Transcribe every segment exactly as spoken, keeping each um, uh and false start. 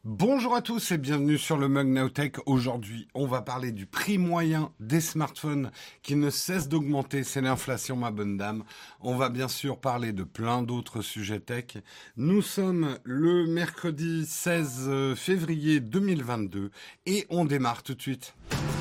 Bonjour à tous et bienvenue sur le Mug Now Tech. Aujourd'hui, on va parler du prix moyen des smartphones qui ne cesse d'augmenter. C'est l'inflation, ma bonne dame. On va bien sûr parler de plein d'autres sujets tech. Nous sommes le mercredi seize février deux mille vingt-deux et on démarre tout de suite.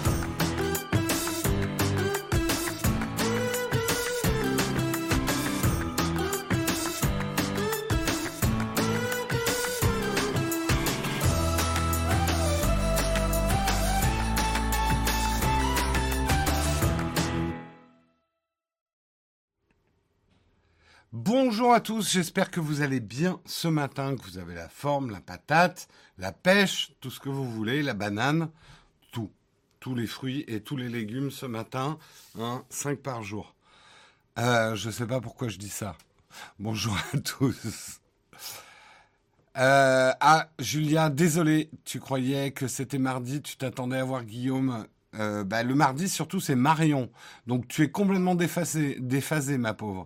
Bonjour à tous, j'espère que vous allez bien ce matin, que vous avez la forme, la patate, la pêche, tout ce que vous voulez, la banane, tout. Tous les fruits et tous les légumes ce matin, hein, cinq par jour. Euh, je ne sais pas pourquoi je dis ça. Bonjour à tous. Euh, ah, Julia, désolé, tu croyais que c'était mardi, tu t'attendais à voir Guillaume. Euh, bah, le mardi, surtout, c'est Marion. Donc, tu es complètement déphasé, déphasé ma pauvre.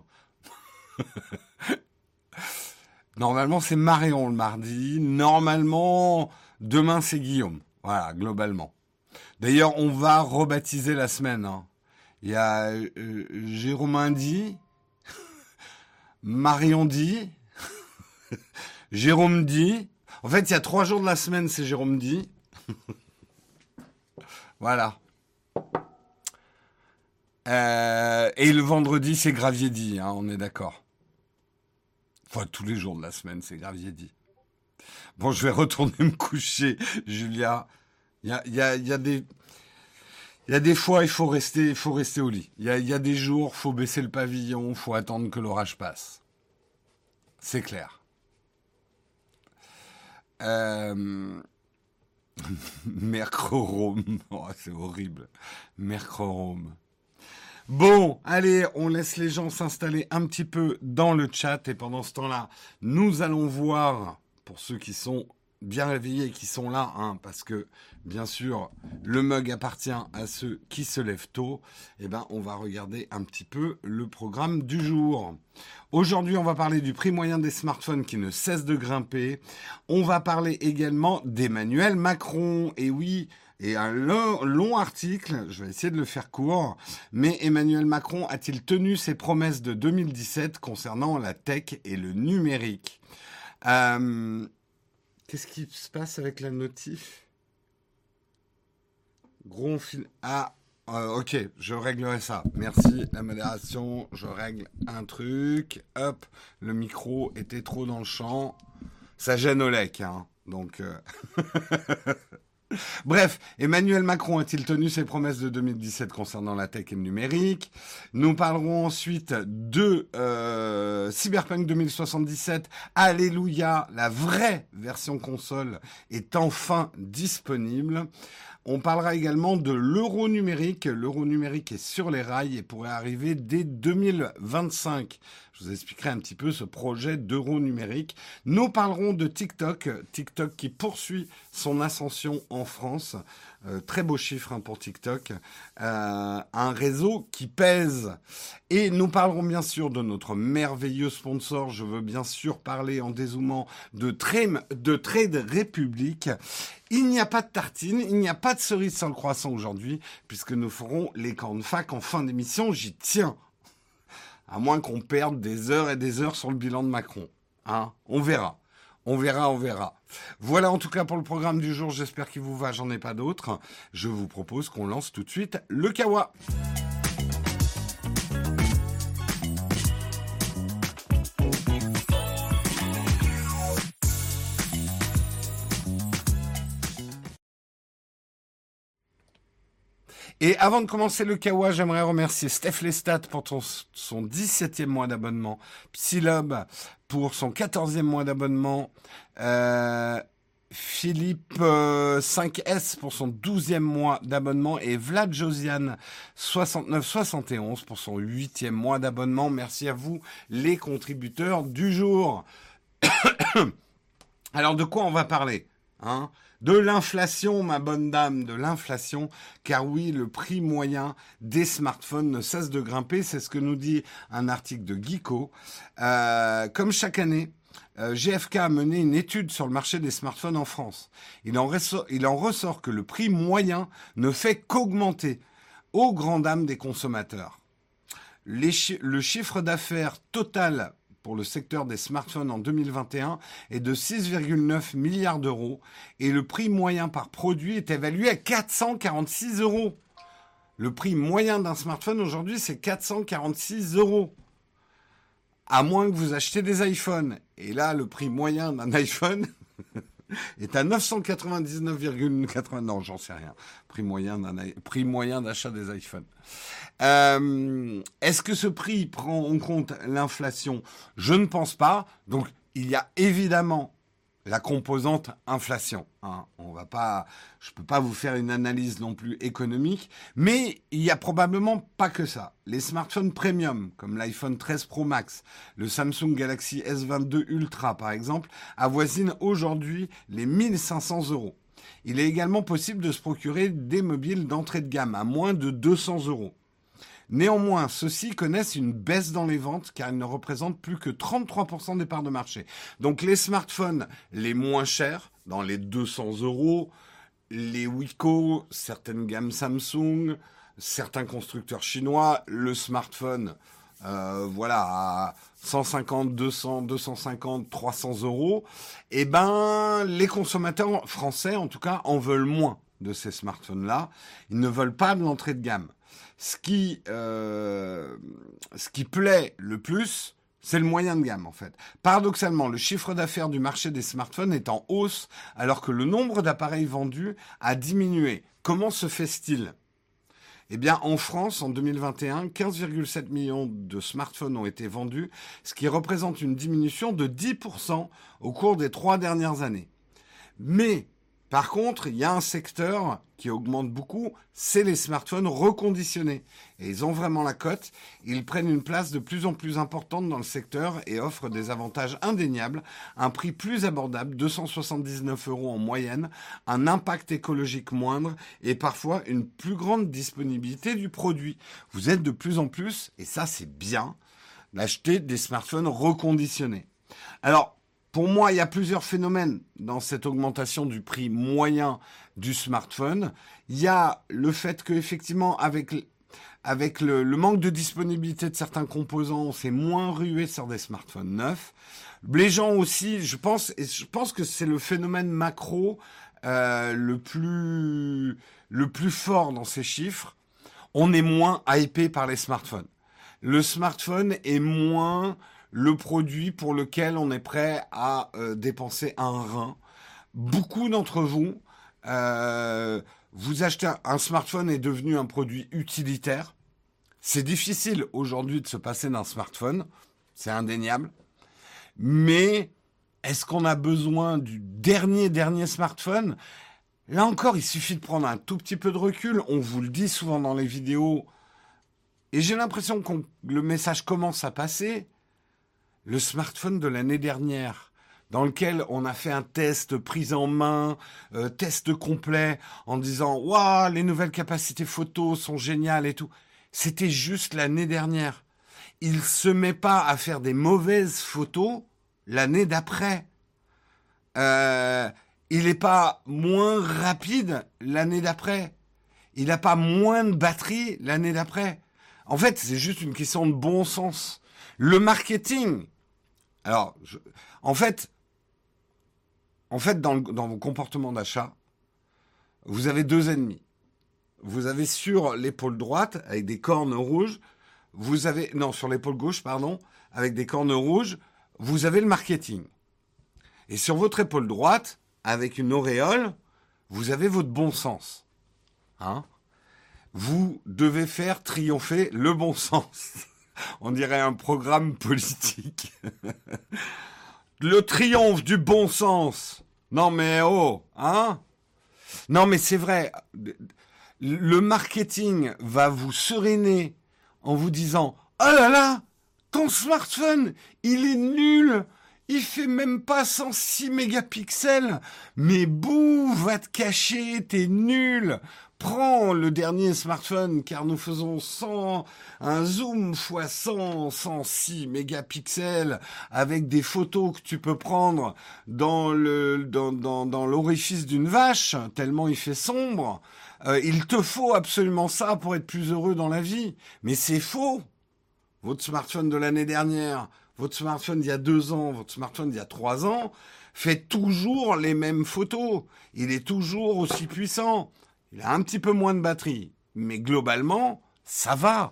Normalement, c'est Marion le mardi. Normalement, demain, c'est Guillaume. Voilà, globalement. D'ailleurs, on va rebaptiser la semaine. Hein. Il y a euh, Jérôme Indy, Marion dit, Jérôme dit. En fait, il y a trois jours de la semaine, c'est Jérôme dit. Voilà. Euh, et le vendredi, c'est Gravier dit, hein, on est d'accord. Enfin, tous les jours de la semaine, c'est Gravier dit. Bon, je vais retourner me coucher, Julia. Il y a, y a, y a des... Il y a des fois, il faut rester, il faut rester au lit. Il y a, y a des jours, il faut baisser le pavillon, il faut attendre que l'orage passe. C'est clair. Euh... Mercrorome. Oh, c'est horrible. Mercrorome. Bon, allez, on laisse les gens s'installer un petit peu dans le chat et pendant ce temps-là, nous allons voir, pour ceux qui sont bien réveillés et qui sont là, hein, parce que, bien sûr, le mug appartient à ceux qui se lèvent tôt, eh ben, on va regarder un petit peu le programme du jour. Aujourd'hui, on va parler du prix moyen des smartphones qui ne cesse de grimper. On va parler également d'Emmanuel Macron, et oui... Et un long, long article, je vais essayer de le faire court, mais Emmanuel Macron a-t-il tenu ses promesses de deux mille dix-sept concernant la tech et le numérique ? euh, Qu'est-ce qui se passe avec la notif ? Gros fil... Ah, euh, ok, je réglerai ça. Merci, la modération, je règle un truc. Hop, le micro était trop dans le champ. Ça gêne Olek, hein, donc... Euh... Bref, Emmanuel Macron a-t-il tenu ses promesses de deux mille dix-sept concernant la tech et le numérique ? Nous parlerons ensuite de euh, Cyberpunk deux mille soixante-dix-sept. Alléluia, la vraie version console est enfin disponible. On parlera également de l'euro numérique. L'euro numérique est sur les rails et pourrait arriver dès deux mille vingt-cinq. Je vous expliquerai un petit peu ce projet d'euro numérique. Nous parlerons de TikTok. TikTok qui poursuit son ascension en France. Euh, très beau chiffre hein, pour TikTok. Euh, un réseau qui pèse. Et nous parlerons bien sûr de notre merveilleux sponsor. Je veux bien sûr parler en dézoomant de, Trade, de Trade Republic. Il n'y a pas de tartine, il n'y a pas de cerise sur le croissant aujourd'hui, puisque nous ferons les camps de fac en fin d'émission. J'y tiens. À moins qu'on perde des heures et des heures sur le bilan de Macron. Hein, on verra. On verra, on verra. Voilà en tout cas pour le programme du jour. J'espère qu'il vous va, j'en ai pas d'autres. Je vous propose qu'on lance tout de suite le Kawa. Et avant de commencer le Kawa, j'aimerais remercier Steph Lestat pour ton, son dix-septième mois d'abonnement, Psylob pour son quatorzième mois d'abonnement, euh, Philippe euh, cinq S pour son douzième mois d'abonnement et Vlad Josiane soixante-neuf soixante et onze pour son huitième mois d'abonnement. Merci à vous, les contributeurs du jour. Alors, de quoi on va parler hein ? De l'inflation, ma bonne dame, de l'inflation, car oui, le prix moyen des smartphones ne cesse de grimper, c'est ce que nous dit un article de Geeko. Euh, comme chaque année, euh, G F K a mené une étude sur le marché des smartphones en France. Il en, ressort, il en ressort que le prix moyen ne fait qu'augmenter aux grandes dames des consommateurs. Les chi- le chiffre d'affaires total pour le secteur des smartphones en deux mille vingt et un est de six virgule neuf milliards d'euros et le prix moyen par produit est évalué à quatre cent quarante-six euros. Le prix moyen d'un smartphone aujourd'hui, c'est quatre cent quarante-six euros. À moins que vous achetiez des iPhones. Et là, le prix moyen d'un iPhone est à neuf cent quatre-vingt-dix-neuf virgule quatre-vingts. Non, j'en sais rien. Prix moyen d'un prix moyen d'achat des iPhones. Euh, est-ce que ce prix prend en compte l'inflation ? Je ne pense pas. Donc, il y a évidemment la composante inflation. Hein. On va pas, je peux pas vous faire une analyse non plus économique, mais il y a probablement pas que ça. Les smartphones premium, comme l'iPhone treize Pro Max, le Samsung Galaxy S vingt-deux Ultra par exemple, avoisinent aujourd'hui les mille cinq cents euros. Il est également possible de se procurer des mobiles d'entrée de gamme à moins de deux cents euros. Néanmoins, ceux-ci connaissent une baisse dans les ventes car ils ne représentent plus que trente-trois pour cent des parts de marché. Donc les smartphones les moins chers, dans les deux cents euros, les Wiko, certaines gammes Samsung, certains constructeurs chinois, le smartphone, euh, voilà, à cent cinquante, deux cents, deux cent cinquante, trois cents euros, eh ben, les consommateurs français, en tout cas, en veulent moins de ces smartphones-là. Ils ne veulent pas de l'entrée de gamme. Ce qui, euh, ce qui plaît le plus, c'est le moyen de gamme, en fait. Paradoxalement, le chiffre d'affaires du marché des smartphones est en hausse, alors que le nombre d'appareils vendus a diminué. Comment se fait-il ? Eh bien, en France, en deux mille vingt et un, quinze virgule sept millions de smartphones ont été vendus, ce qui représente une diminution de dix pour cent au cours des trois dernières années. Mais, par contre, il y a un secteur qui augmente beaucoup, c'est les smartphones reconditionnés. Et ils ont vraiment la cote. Ils prennent une place de plus en plus importante dans le secteur et offrent des avantages indéniables, un prix plus abordable, deux cent soixante-dix-neuf euros en moyenne, un impact écologique moindre et parfois une plus grande disponibilité du produit. Vous êtes de plus en plus, et ça c'est bien, d'acheter des smartphones reconditionnés. Alors, pour moi, il y a plusieurs phénomènes dans cette augmentation du prix moyen du smartphone. Il y a le fait qu'effectivement, avec, avec le, le manque de disponibilité de certains composants, on s'est moins rué sur des smartphones neufs. Les gens aussi, je pense, et je pense que c'est le phénomène macro euh, le plus, le plus fort dans ces chiffres. On est moins hypé par les smartphones. Le smartphone est moins le produit pour lequel on est prêt à euh, dépenser un rein. Beaucoup d'entre vous, euh, vous achetez un, un smartphone est devenu un produit utilitaire. C'est difficile aujourd'hui de se passer d'un smartphone, c'est indéniable. Mais est-ce qu'on a besoin du dernier, dernier smartphone ? Là encore, il suffit de prendre un tout petit peu de recul. On vous le dit souvent dans les vidéos. Et j'ai l'impression que le message commence à passer. Le smartphone de l'année dernière, dans lequel on a fait un test prise en main, euh, test complet, en disant « Waouh, les nouvelles capacités photo sont géniales et tout ». C'était juste l'année dernière. Il se met pas à faire des mauvaises photos l'année d'après. Euh, il n'est pas moins rapide l'année d'après. Il n'a pas moins de batterie l'année d'après. En fait, c'est juste une question de bon sens. Le marketing... Alors, je, en fait, en fait, dans, dans vos comportements d'achat, vous avez deux ennemis. Vous avez sur l'épaule droite, avec des cornes rouges, vous avez, non, sur l'épaule gauche, pardon, avec des cornes rouges, vous avez le marketing. Et sur votre épaule droite, avec une auréole, vous avez votre bon sens. Hein ? Vous devez faire triompher le bon sens. On dirait un programme politique. Le triomphe du bon sens. Non mais oh, hein ? Non mais c'est vrai. Le marketing va vous sereiner en vous disant « Oh là là, ton smartphone, il est nul. Il fait même pas cent six mégapixels. Mais bouh, va te cacher, t'es nul. Prends le dernier smartphone, car nous faisons cent, un zoom fois cent, cent six mégapixels avec des photos que tu peux prendre dans le, dans, dans, dans l'orifice d'une vache, tellement il fait sombre. Euh, il te faut absolument ça pour être plus heureux dans la vie. Mais c'est faux. Votre smartphone de l'année dernière, votre smartphone d'il y a deux ans, votre smartphone d'il y a trois ans, fait toujours les mêmes photos. Il est toujours aussi puissant. Il a un petit peu moins de batterie, mais globalement, ça va.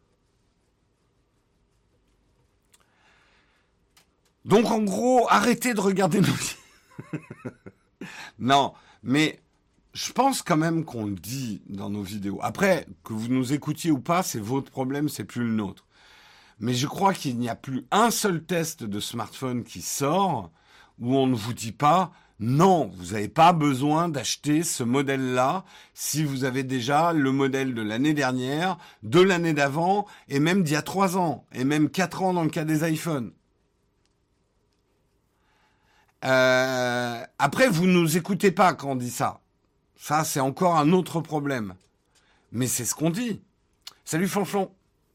Donc en gros, arrêtez de regarder nos vidéos. Non, mais je pense quand même qu'on le dit dans nos vidéos. Après, que vous nous écoutiez ou pas, c'est votre problème, c'est plus le nôtre. Mais je crois qu'il n'y a plus un seul test de smartphone qui sort où on ne vous dit pas non, vous n'avez pas besoin d'acheter ce modèle-là si vous avez déjà le modèle de l'année dernière, de l'année d'avant, et même d'il y a trois ans, et même quatre ans dans le cas des iPhones. Euh, après, vous ne nous écoutez pas quand on dit ça. Ça, c'est encore un autre problème. Mais c'est ce qu'on dit. Salut Flonflon.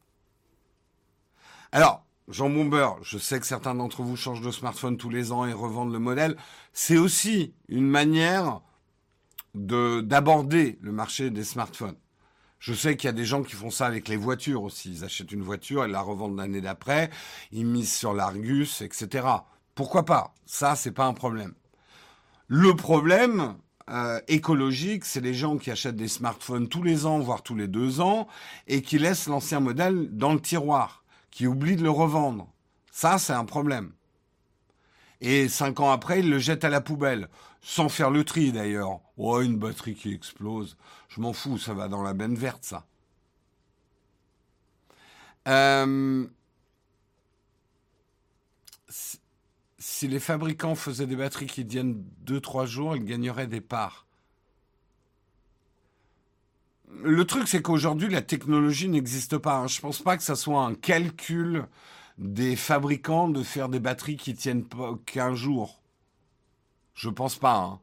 Alors, Jean Bombeur, je sais que certains d'entre vous changent de smartphone tous les ans et revendent le modèle. C'est aussi une manière de, d'aborder le marché des smartphones. Je sais qu'il y a des gens qui font ça avec les voitures aussi. Ils achètent une voiture et la revendent l'année d'après. Ils misent sur l'Argus, et cetera. Pourquoi pas? Ça, c'est pas un problème. Le problème euh, écologique, c'est les gens qui achètent des smartphones tous les ans, voire tous les deux ans, et qui laissent l'ancien modèle dans le tiroir, qui oublie de le revendre. Ça, c'est un problème. Et cinq ans après, ils le jettent à la poubelle, sans faire le tri d'ailleurs. Oh, une batterie qui explose. Je m'en fous, ça va dans la benne verte, ça. Euh... Si, si les fabricants faisaient des batteries qui tiennent deux trois jours, ils gagneraient des parts. Le truc, c'est qu'aujourd'hui, la technologie n'existe pas. Je pense pas que ça soit un calcul des fabricants de faire des batteries qui tiennent pas qu'un jour. Je pense pas. Hein.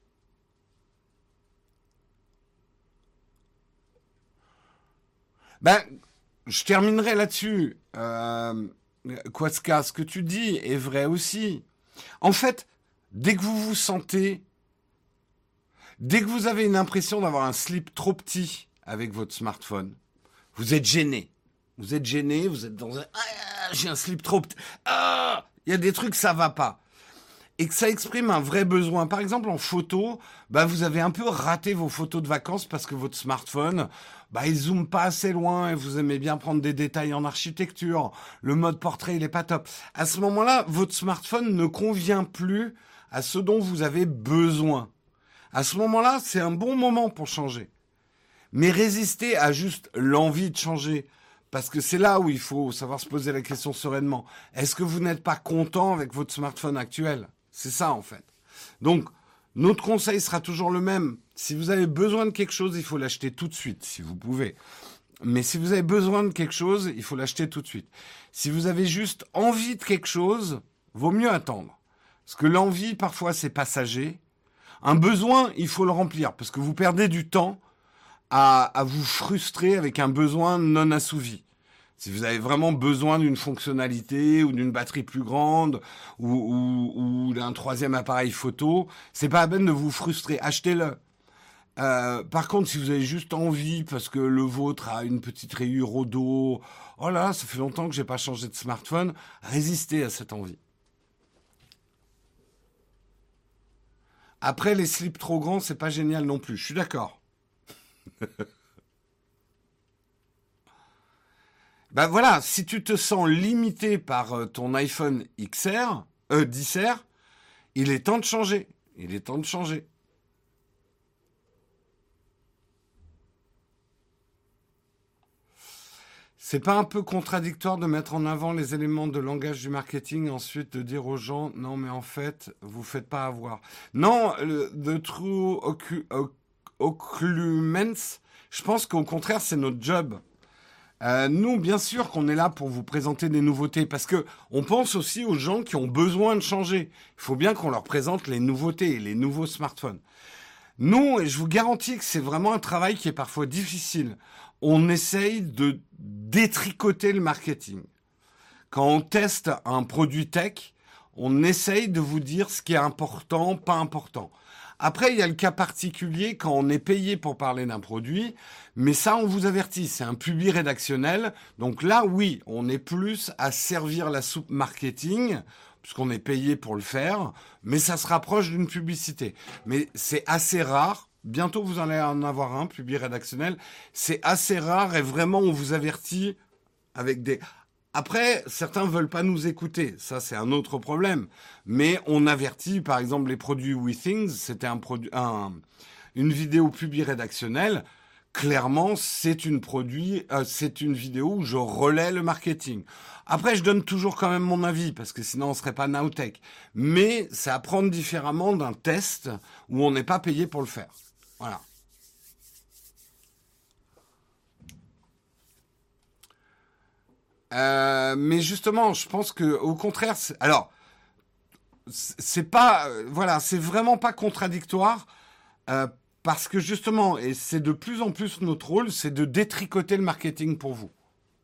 Ben, je terminerai là-dessus. Euh, Quaska, ce que tu dis est vrai aussi. En fait, dès que vous vous sentez... Dès que vous avez une impression d'avoir un slip trop petit avec votre smartphone, vous êtes gêné. Vous êtes gêné, vous êtes dans un... Ah, j'ai un slip trop petit. Ah, il y a des trucs, ça va pas. Et que ça exprime un vrai besoin. Par exemple, en photo, bah, vous avez un peu raté vos photos de vacances parce que votre smartphone, bah, il zoome pas assez loin et vous aimez bien prendre des détails en architecture. Le mode portrait, il est pas top. À ce moment-là, votre smartphone ne convient plus à ce dont vous avez besoin. À ce moment-là, c'est un bon moment pour changer. Mais résister à juste l'envie de changer, parce que c'est là où il faut savoir se poser la question sereinement. Est-ce que vous n'êtes pas content avec votre smartphone actuel? C'est ça, en fait. Donc, notre conseil sera toujours le même. Si vous avez besoin de quelque chose, il faut l'acheter tout de suite, si vous pouvez. Mais si vous avez besoin de quelque chose, il faut l'acheter tout de suite. Si vous avez juste envie de quelque chose, vaut mieux attendre. Parce que l'envie, parfois, c'est passager. Un besoin, il faut le remplir, parce que vous perdez du temps à, à vous frustrer avec un besoin non assouvi. Si vous avez vraiment besoin d'une fonctionnalité ou d'une batterie plus grande ou, ou, ou d'un troisième appareil photo, c'est pas la peine de vous frustrer. Achetez-le. Euh, par contre, si vous avez juste envie parce que le vôtre a une petite rayure au dos, oh là, ça fait longtemps que j'ai pas changé de smartphone, résistez à cette envie. Après, les slips trop grands, c'est pas génial non plus. Je suis d'accord. Ben voilà, si tu te sens limité par euh, ton iPhone X R, euh, dix R, il est temps de changer. Il est temps de changer. C'est pas un peu contradictoire de mettre en avant les éléments de langage du marketing, ensuite de dire aux gens, non mais en fait, vous faites pas avoir. Non, le, the true occlusions, je pense qu'au contraire, c'est notre job. Euh, nous, bien sûr qu'on est là pour vous présenter des nouveautés, parce que on pense aussi aux gens qui ont besoin de changer. Il faut bien qu'on leur présente les nouveautés, les nouveaux smartphones. Nous, et je vous garantis que c'est vraiment un travail qui est parfois difficile. On essaye de détricoter le marketing. Quand on teste un produit tech, on essaye de vous dire ce qui est important, pas important. Après, il y a le cas particulier quand on est payé pour parler d'un produit, mais ça, on vous avertit, c'est un publi rédactionnel. Donc là, oui, on est plus à servir la soupe marketing, puisqu'on est payé pour le faire, mais ça se rapproche d'une publicité. Mais c'est assez rare. Bientôt, vous allez en avoir un, public rédactionnel. C'est assez rare et vraiment, on vous avertit avec des... Après, certains veulent pas nous écouter. Ça, c'est un autre problème. Mais on avertit, par exemple, les produits WeThings. C'était un produit, un, une vidéo public rédactionnelle. Clairement, c'est une produit, euh, c'est une vidéo où je relais le marketing. Après, je donne toujours quand même mon avis, parce que sinon on serait pas Nowtech. Mais c'est à prendre différemment d'un test où on n'est pas payé pour le faire. Voilà. Euh, mais justement, je pense que au contraire, c'est, alors, c'est pas, euh, voilà, c'est vraiment pas contradictoire. Euh, Parce que justement, et c'est de plus en plus notre rôle, c'est de détricoter le marketing pour vous.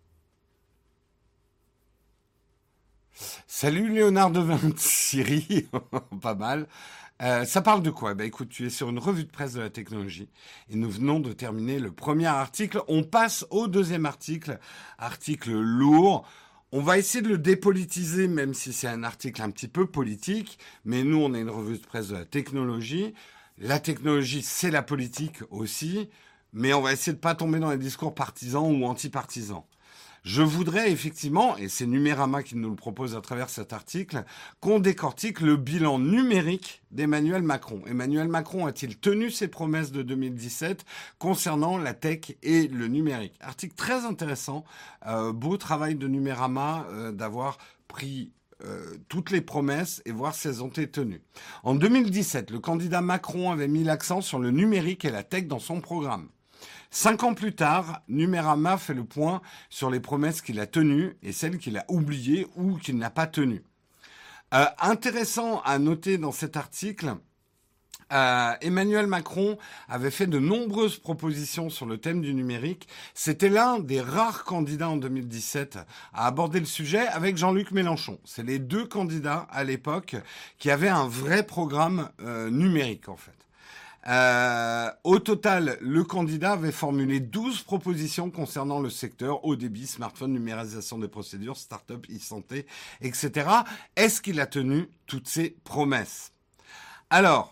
Salut Léonard de Vinci, pas mal. Euh, ça parle de quoi? Bah écoute, tu es sur une revue de presse de la technologie et nous venons de terminer le premier article. On passe au deuxième article, article lourd. On va essayer de le dépolitiser, même si c'est un article un petit peu politique. Mais nous, on est une revue de presse de la technologie. La technologie, c'est la politique aussi, mais on va essayer de pas tomber dans les discours partisans ou anti-partisans. Je voudrais effectivement, et c'est Numérama qui nous le propose à travers cet article, qu'on décortique le bilan numérique d'Emmanuel Macron. Emmanuel Macron a-t-il tenu ses promesses de deux mille dix-sept concernant la tech et le numérique? Article très intéressant, euh, beau travail de Numérama euh, d'avoir pris Euh, toutes les promesses et voir si elles ont été tenues. En deux mille dix-sept, le candidat Macron avait mis l'accent sur le numérique et la tech dans son programme. Cinq ans plus tard, Numérama fait le point sur les promesses qu'il a tenues et celles qu'il a oubliées ou qu'il n'a pas tenues. Euh, intéressant à noter dans cet article, Euh, Emmanuel Macron avait fait de nombreuses propositions sur le thème du numérique. C'était l'un des rares candidats en deux mille dix-sept à aborder le sujet avec Jean-Luc Mélenchon. C'est les deux candidats à l'époque qui avaient un vrai programme euh, numérique en fait. Euh, au total, le candidat avait formulé douze propositions concernant le secteur haut débit, smartphone, numérisation des procédures, start-up, e-santé, et cetera. Est-ce qu'il a tenu toutes ces promesses? Alors,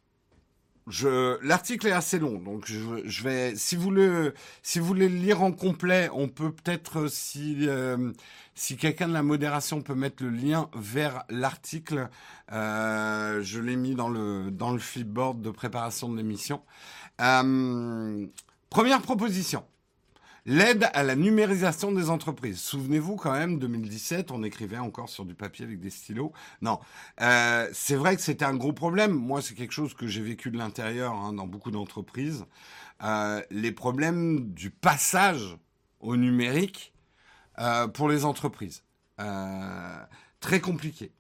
Je, l'article est assez long, donc je, je vais, si vous le, si vous voulez le lire en complet, on peut peut-être, si, euh, si quelqu'un de la modération peut mettre le lien vers l'article, euh, je l'ai mis dans le, dans le flipboard de préparation de l'émission. Euh, première proposition. L'aide à la numérisation des entreprises. Souvenez-vous quand même, deux mille dix-sept, on écrivait encore sur du papier avec des stylos. Non, euh, c'est vrai que c'était un gros problème. Moi, c'est quelque chose que j'ai vécu de l'intérieur hein, dans beaucoup d'entreprises. Euh, les problèmes du passage au numérique euh, pour les entreprises. Euh, très compliqué.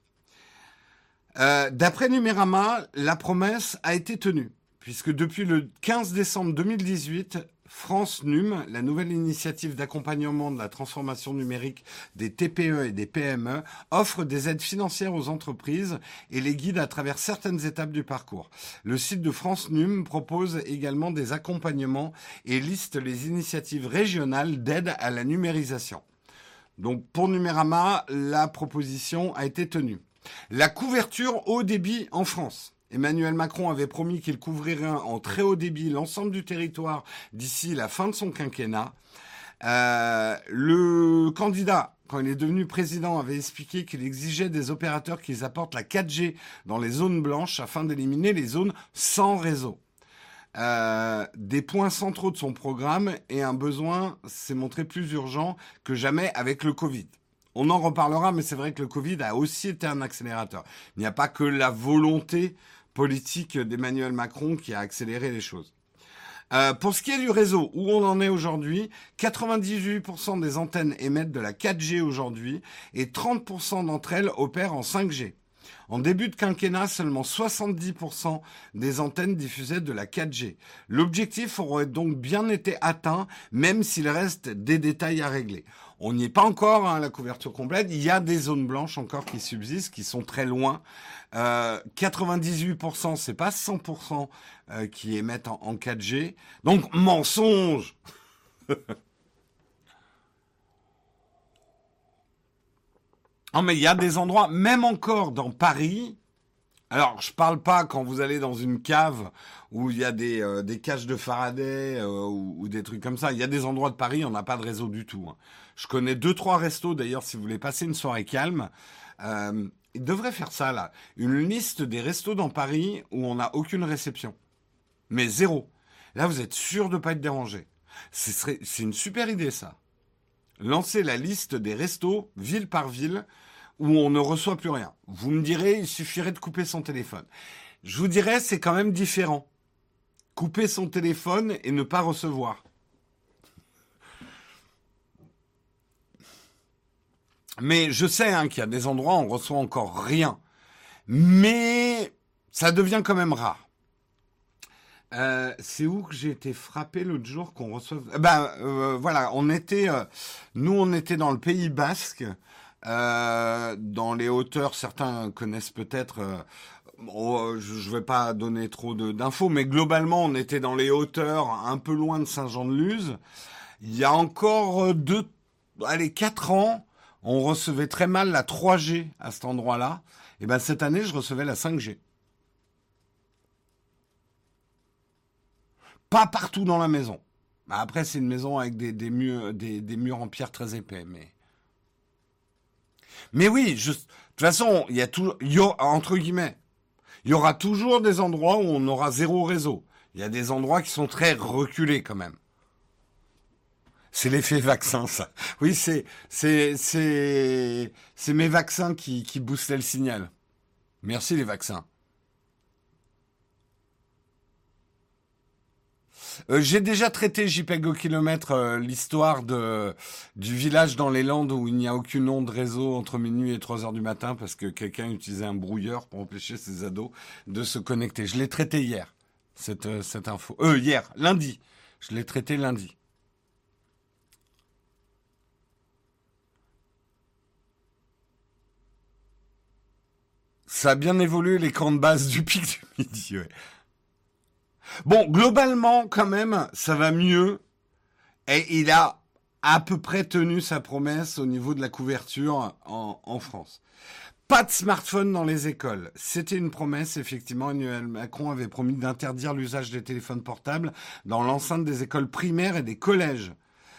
Euh, d'après Numérama, la promesse a été tenue, puisque depuis le quinze décembre deux mille dix-huit, France Num, la nouvelle initiative d'accompagnement de la transformation numérique des T P E et des P M E, offre des aides financières aux entreprises et les guide à travers certaines étapes du parcours. Le site de France Num propose également des accompagnements et liste les initiatives régionales d'aide à la numérisation. Donc pour Numérama, la proposition a été tenue. La couverture haut débit en France. Emmanuel Macron avait promis qu'il couvrirait en très haut débit l'ensemble du territoire d'ici la fin de son quinquennat. Euh, le candidat, quand il est devenu président, avait expliqué qu'il exigeait des opérateurs qu'ils apportent la quatre G dans les zones blanches afin d'éliminer les zones sans réseau. Euh, des points centraux de son programme et un besoin s'est montré plus urgent que jamais avec le Covid. On en reparlera, mais c'est vrai que le Covid a aussi été un accélérateur. Il n'y a pas que la volonté politique d'Emmanuel Macron qui a accéléré les choses. Euh, pour ce qui est du réseau, où on en est aujourd'hui, quatre-vingt-dix-huit pour cent des antennes émettent de la quatre G aujourd'hui et trente pour cent d'entre elles opèrent en cinq G. En début de quinquennat, seulement soixante-dix pour cent des antennes diffusaient de la quatre G. L'objectif aurait donc bien été atteint, même s'il reste des détails à régler. On n'y est pas encore, hein, la couverture complète. Il y a des zones blanches encore qui subsistent, qui sont très loin. Euh, quatre-vingt-dix-huit pour cent, c'est pas cent pour cent euh, qui émettent en, en quatre G. Donc, mensonge. Non, mais il y a des endroits, même encore dans Paris. Alors, je parle pas quand vous allez dans une cave où il y a des, euh, des cages de Faraday euh, ou, ou des trucs comme ça. Il y a des endroits de Paris, on n'a pas de réseau du tout. Hein. Je connais deux, trois restos, d'ailleurs, si vous voulez passer une soirée calme. Euh, ils devraient faire ça, là. Une liste des restos dans Paris où on n'a aucune réception. Mais zéro. Là, vous êtes sûr de pas être dérangé. Ce serait, c'est une super idée, ça. Lancer la liste des restos, ville par ville, où on ne reçoit plus rien. Vous me direz, il suffirait de couper son téléphone. Je vous dirais, c'est quand même différent. Couper son téléphone et ne pas recevoir. Mais je sais hein, qu'il y a des endroits où on reçoit encore rien. Mais ça devient quand même rare. Euh, c'est où que j'ai été frappé l'autre jour qu'on reçoive... Ben euh, voilà, on était... Euh, nous, on était dans le Pays Basque... Euh, dans les hauteurs, certains connaissent peut-être. Euh, oh, je ne vais pas donner trop de, d'infos, mais globalement, on était dans les hauteurs, un peu loin de Saint-Jean-de-Luz. Il y a encore deux, allez, quatre ans, on recevait très mal la trois G à cet endroit-là. Et ben cette année, je recevais la cinq G. Pas partout dans la maison. Après, c'est une maison avec des, des murs, des, des murs en pierre très épais, mais. Mais oui, je, de toute façon, il y a toujours, il y a, entre guillemets, il y aura toujours des endroits où on aura zéro réseau. Il y a des endroits qui sont très reculés quand même. C'est l'effet vaccin, ça. Oui, c'est, c'est, c'est, c'est mes vaccins qui, qui boostaient le signal. Merci les vaccins. Euh, j'ai déjà traité JPEG au kilomètre euh, l'histoire de du village dans les Landes où il n'y a aucune onde réseau entre minuit et trois heures du matin parce que quelqu'un utilisait un brouilleur pour empêcher ses ados de se connecter. Je l'ai traité hier, cette, euh, cette info. Euh, hier, lundi. Je l'ai traité lundi. Ça a bien évolué les camps de base du pic du midi, ouais. Bon, globalement, quand même, ça va mieux. Et il a à peu près tenu sa promesse au niveau de la couverture en, en France. Pas de smartphone dans les écoles. C'était une promesse, effectivement. Emmanuel Macron avait promis d'interdire l'usage des téléphones portables dans l'enceinte des écoles primaires et des collèges.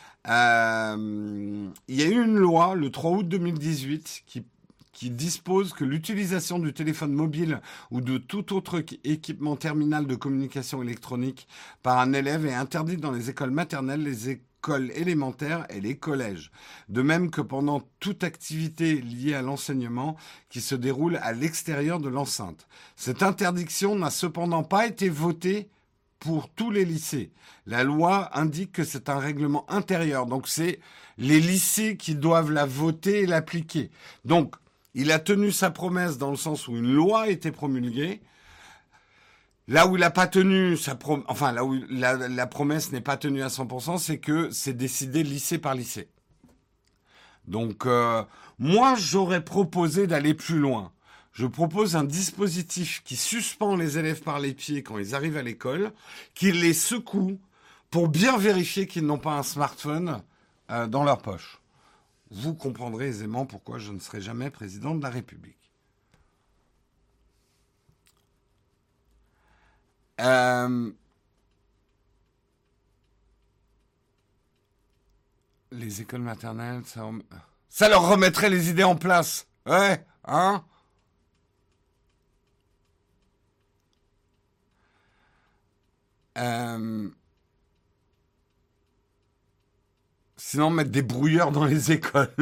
Euh, il y a eu une loi, le trois août deux mille dix-huit, qui qui dispose que l'utilisation du téléphone mobile ou de tout autre équipement terminal de communication électronique par un élève est interdite dans les écoles maternelles, les écoles élémentaires et les collèges. De même que pendant toute activité liée à l'enseignement qui se déroule à l'extérieur de l'enceinte. Cette interdiction n'a cependant pas été votée pour tous les lycées. La loi indique que c'est un règlement intérieur. Donc c'est les lycées qui doivent la voter et l'appliquer. Donc, il a tenu sa promesse dans le sens où une loi a été promulguée. Là où il n'a pas tenu sa prom- enfin là où la, la promesse n'est pas tenue à cent pour cent, c'est que c'est décidé lycée par lycée. Donc euh, moi j'aurais proposé d'aller plus loin. Je propose un dispositif qui suspend les élèves par les pieds quand ils arrivent à l'école, qui les secoue pour bien vérifier qu'ils n'ont pas un smartphone euh, dans leur poche. Vous comprendrez aisément pourquoi je ne serai jamais président de la République. Euh, les écoles maternelles, ça, ça leur remettrait les idées en place. Ouais, hein? Euh, Sinon, mettre des brouilleurs dans les écoles.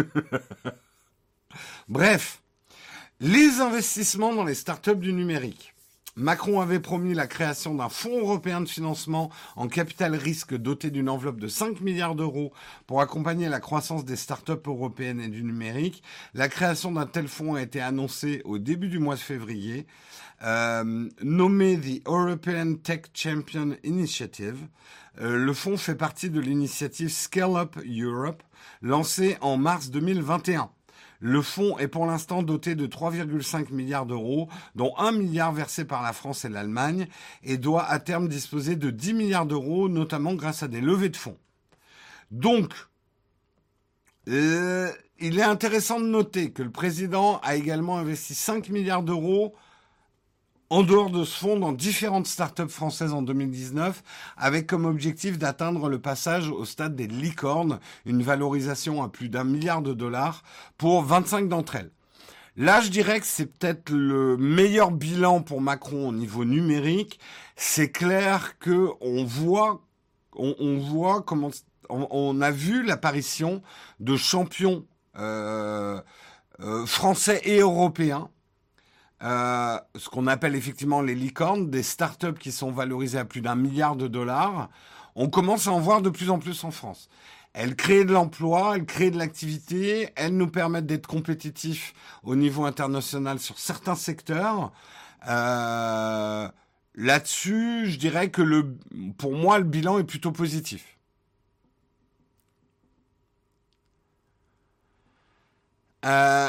Bref, les investissements dans les startups du numérique. Macron avait promis la création d'un fonds européen de financement en capital risque doté d'une enveloppe de cinq milliards d'euros pour accompagner la croissance des startups européennes et du numérique. La création d'un tel fonds a été annoncée au début du mois de février, euh, nommé The European Tech Champion Initiative. Euh, le fonds fait partie de l'initiative Scale Up Europe, lancée en mars deux mille vingt et un. Le fonds est pour l'instant doté de trois virgule cinq milliards d'euros, dont un milliard versé par la France et l'Allemagne, et doit à terme disposer de dix milliards d'euros, notamment grâce à des levées de fonds. Donc, euh, il est intéressant de noter que le président a également investi cinq milliards d'euros en dehors de ce fonds dans différentes startups françaises en deux mille dix-neuf, avec comme objectif d'atteindre le passage au stade des licornes, une valorisation à plus d'un milliard de dollars pour vingt-cinq d'entre elles. Là, je dirais que c'est peut-être le meilleur bilan pour Macron au niveau numérique. C'est clair que on voit, on, on voit comment, on, on a vu l'apparition de champions euh, euh, français et européens. Euh, ce qu'on appelle effectivement les licornes, des startups qui sont valorisées à plus d'un milliard de dollars. On commence à en voir de plus en plus en France. Elles créent de l'emploi, elles créent de l'activité, elles nous permettent d'être compétitifs au niveau international sur certains secteurs. Euh, là-dessus, je dirais que le, pour moi, le bilan est plutôt positif. Euh,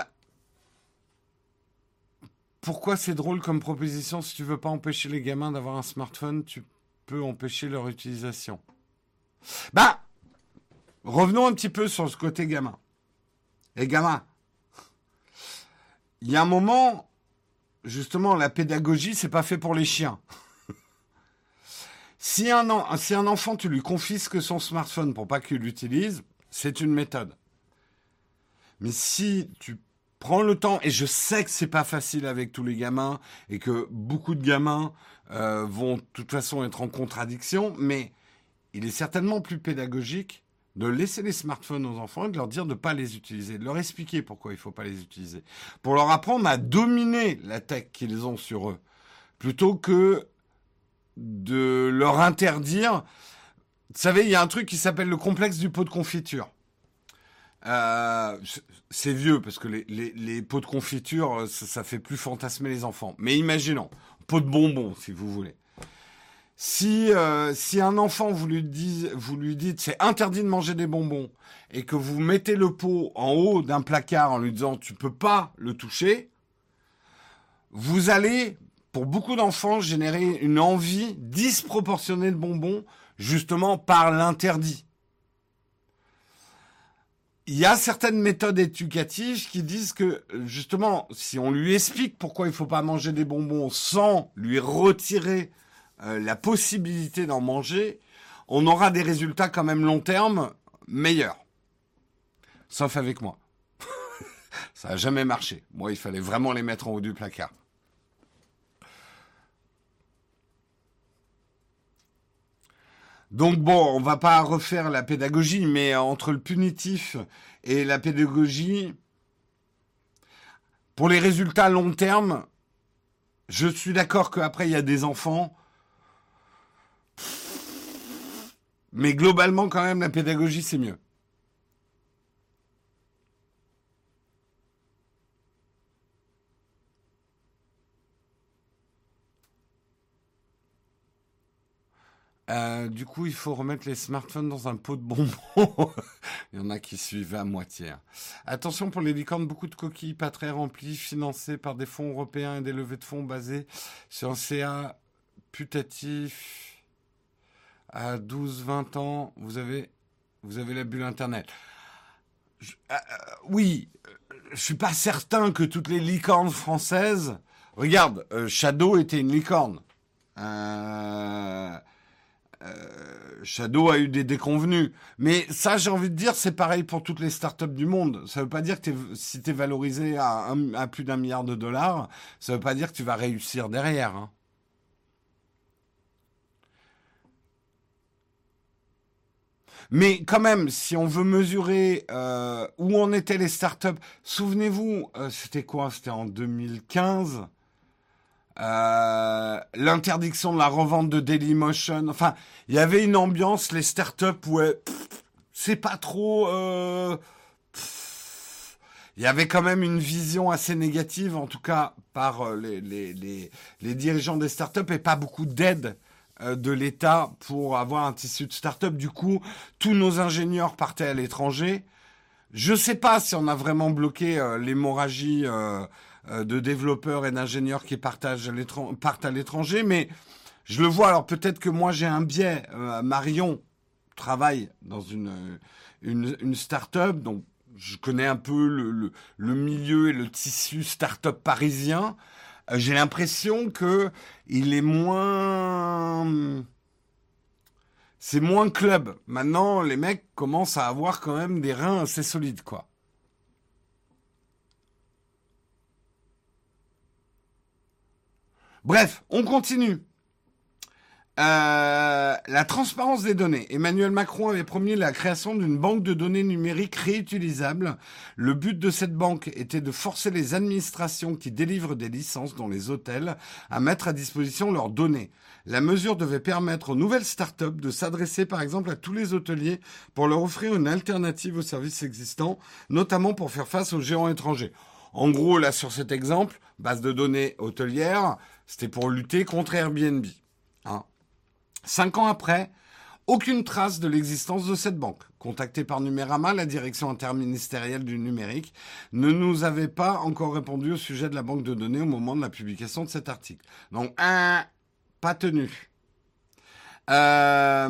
Pourquoi c'est drôle comme proposition? Si tu veux pas empêcher les gamins d'avoir un smartphone, tu peux empêcher leur utilisation. Bah, revenons un petit peu sur ce côté gamin. Les gamins, il y a un moment, justement, la pédagogie, c'est pas fait pour les chiens. Si un, en, si un enfant, tu lui confisques son smartphone pour pas qu'il l'utilise, c'est une méthode. Mais si tu prends le temps, et je sais que c'est pas facile avec tous les gamins, et que beaucoup de gamins euh, vont de toute façon être en contradiction, mais il est certainement plus pédagogique de laisser les smartphones aux enfants et de leur dire de ne pas les utiliser, de leur expliquer pourquoi il ne faut pas les utiliser, pour leur apprendre à dominer la tech qu'ils ont sur eux, plutôt que de leur interdire. Vous savez, il y a un truc qui s'appelle le complexe du pot de confiture. Euh, c'est vieux parce que les, les, les pots de confiture, ça, ça fait plus fantasmer les enfants. Mais imaginons, pot de bonbons, si vous voulez. Si, euh, si un enfant, vous lui, dites, vous lui dites c'est interdit de manger des bonbons et que vous mettez le pot en haut d'un placard en lui disant tu peux pas le toucher, vous allez, pour beaucoup d'enfants, générer une envie disproportionnée de bonbons justement par l'interdit. Il y a certaines méthodes éducatives qui disent que, justement, si on lui explique pourquoi il ne faut pas manger des bonbons sans lui retirer euh, la possibilité d'en manger, on aura des résultats quand même long terme meilleurs. Sauf avec moi. Ça n'a jamais marché. Moi, il fallait vraiment les mettre en haut du placard. Donc bon, on va pas refaire la pédagogie, mais entre le punitif et la pédagogie, pour les résultats long terme, je suis d'accord qu'après il y a des enfants, mais globalement quand même la pédagogie c'est mieux. Euh, du coup, il faut remettre les smartphones dans un pot de bonbons. Il y en a qui suivent à moitié. Attention pour les licornes, beaucoup de coquilles pas très remplies, financées par des fonds européens et des levées de fonds basées sur un C A putatif à douze vingt ans. Vous avez, vous avez la bulle Internet. Je, euh, oui, je suis pas certain que toutes les licornes françaises... Regarde, euh, Shadow était une licorne. Euh... Euh, Shadow a eu des déconvenus. Mais ça, j'ai envie de dire, c'est pareil pour toutes les startups du monde. Ça veut pas dire que t'es, si tu es valorisé à, un, à plus d'un milliard de dollars, ça veut pas dire que tu vas réussir derrière. Hein. Mais quand même, si on veut mesurer euh, où en étaient les startups, souvenez-vous, euh, c'était quoi? C'était en deux mille quinze. euh, l'interdiction de la revente de Dailymotion. Enfin, il y avait une ambiance, les startups, ouais, pff, c'est pas trop... Euh, pff, il y avait quand même une vision assez négative, en tout cas par les, les, les, les dirigeants des startups, et pas beaucoup d'aide de l'État pour avoir un tissu de start-up. Du coup, tous nos ingénieurs partaient à l'étranger. Je sais pas si on a vraiment bloqué euh, l'hémorragie euh, euh, de développeurs et d'ingénieurs qui partagent à l'étran- partent à l'étranger, mais je le vois. Alors peut-être que moi j'ai un biais. Euh, Marion travaille dans une, une, une start-up, donc je connais un peu le, le, le milieu et le tissu start-up parisien. J'ai l'impression que il est moins... C'est moins club. Maintenant, les mecs commencent à avoir quand même des reins assez solides, quoi. Bref, on continue. Euh, la transparence des données. Emmanuel Macron avait promis la création d'une banque de données numériques réutilisables. Le but de cette banque était de forcer les administrations qui délivrent des licences dans les hôtels à mettre à disposition leurs données. La mesure devait permettre aux nouvelles startups de s'adresser par exemple à tous les hôteliers pour leur offrir une alternative aux services existants, notamment pour faire face aux géants étrangers. En gros, là, sur cet exemple, base de données hôtelière, c'était pour lutter contre Airbnb. Hein. Cinq ans après, aucune trace de l'existence de cette banque. Contactée par Numérama, la direction interministérielle du numérique ne nous avait pas encore répondu au sujet de la banque de données au moment de la publication de cet article. Donc, un, pas tenu. Euh,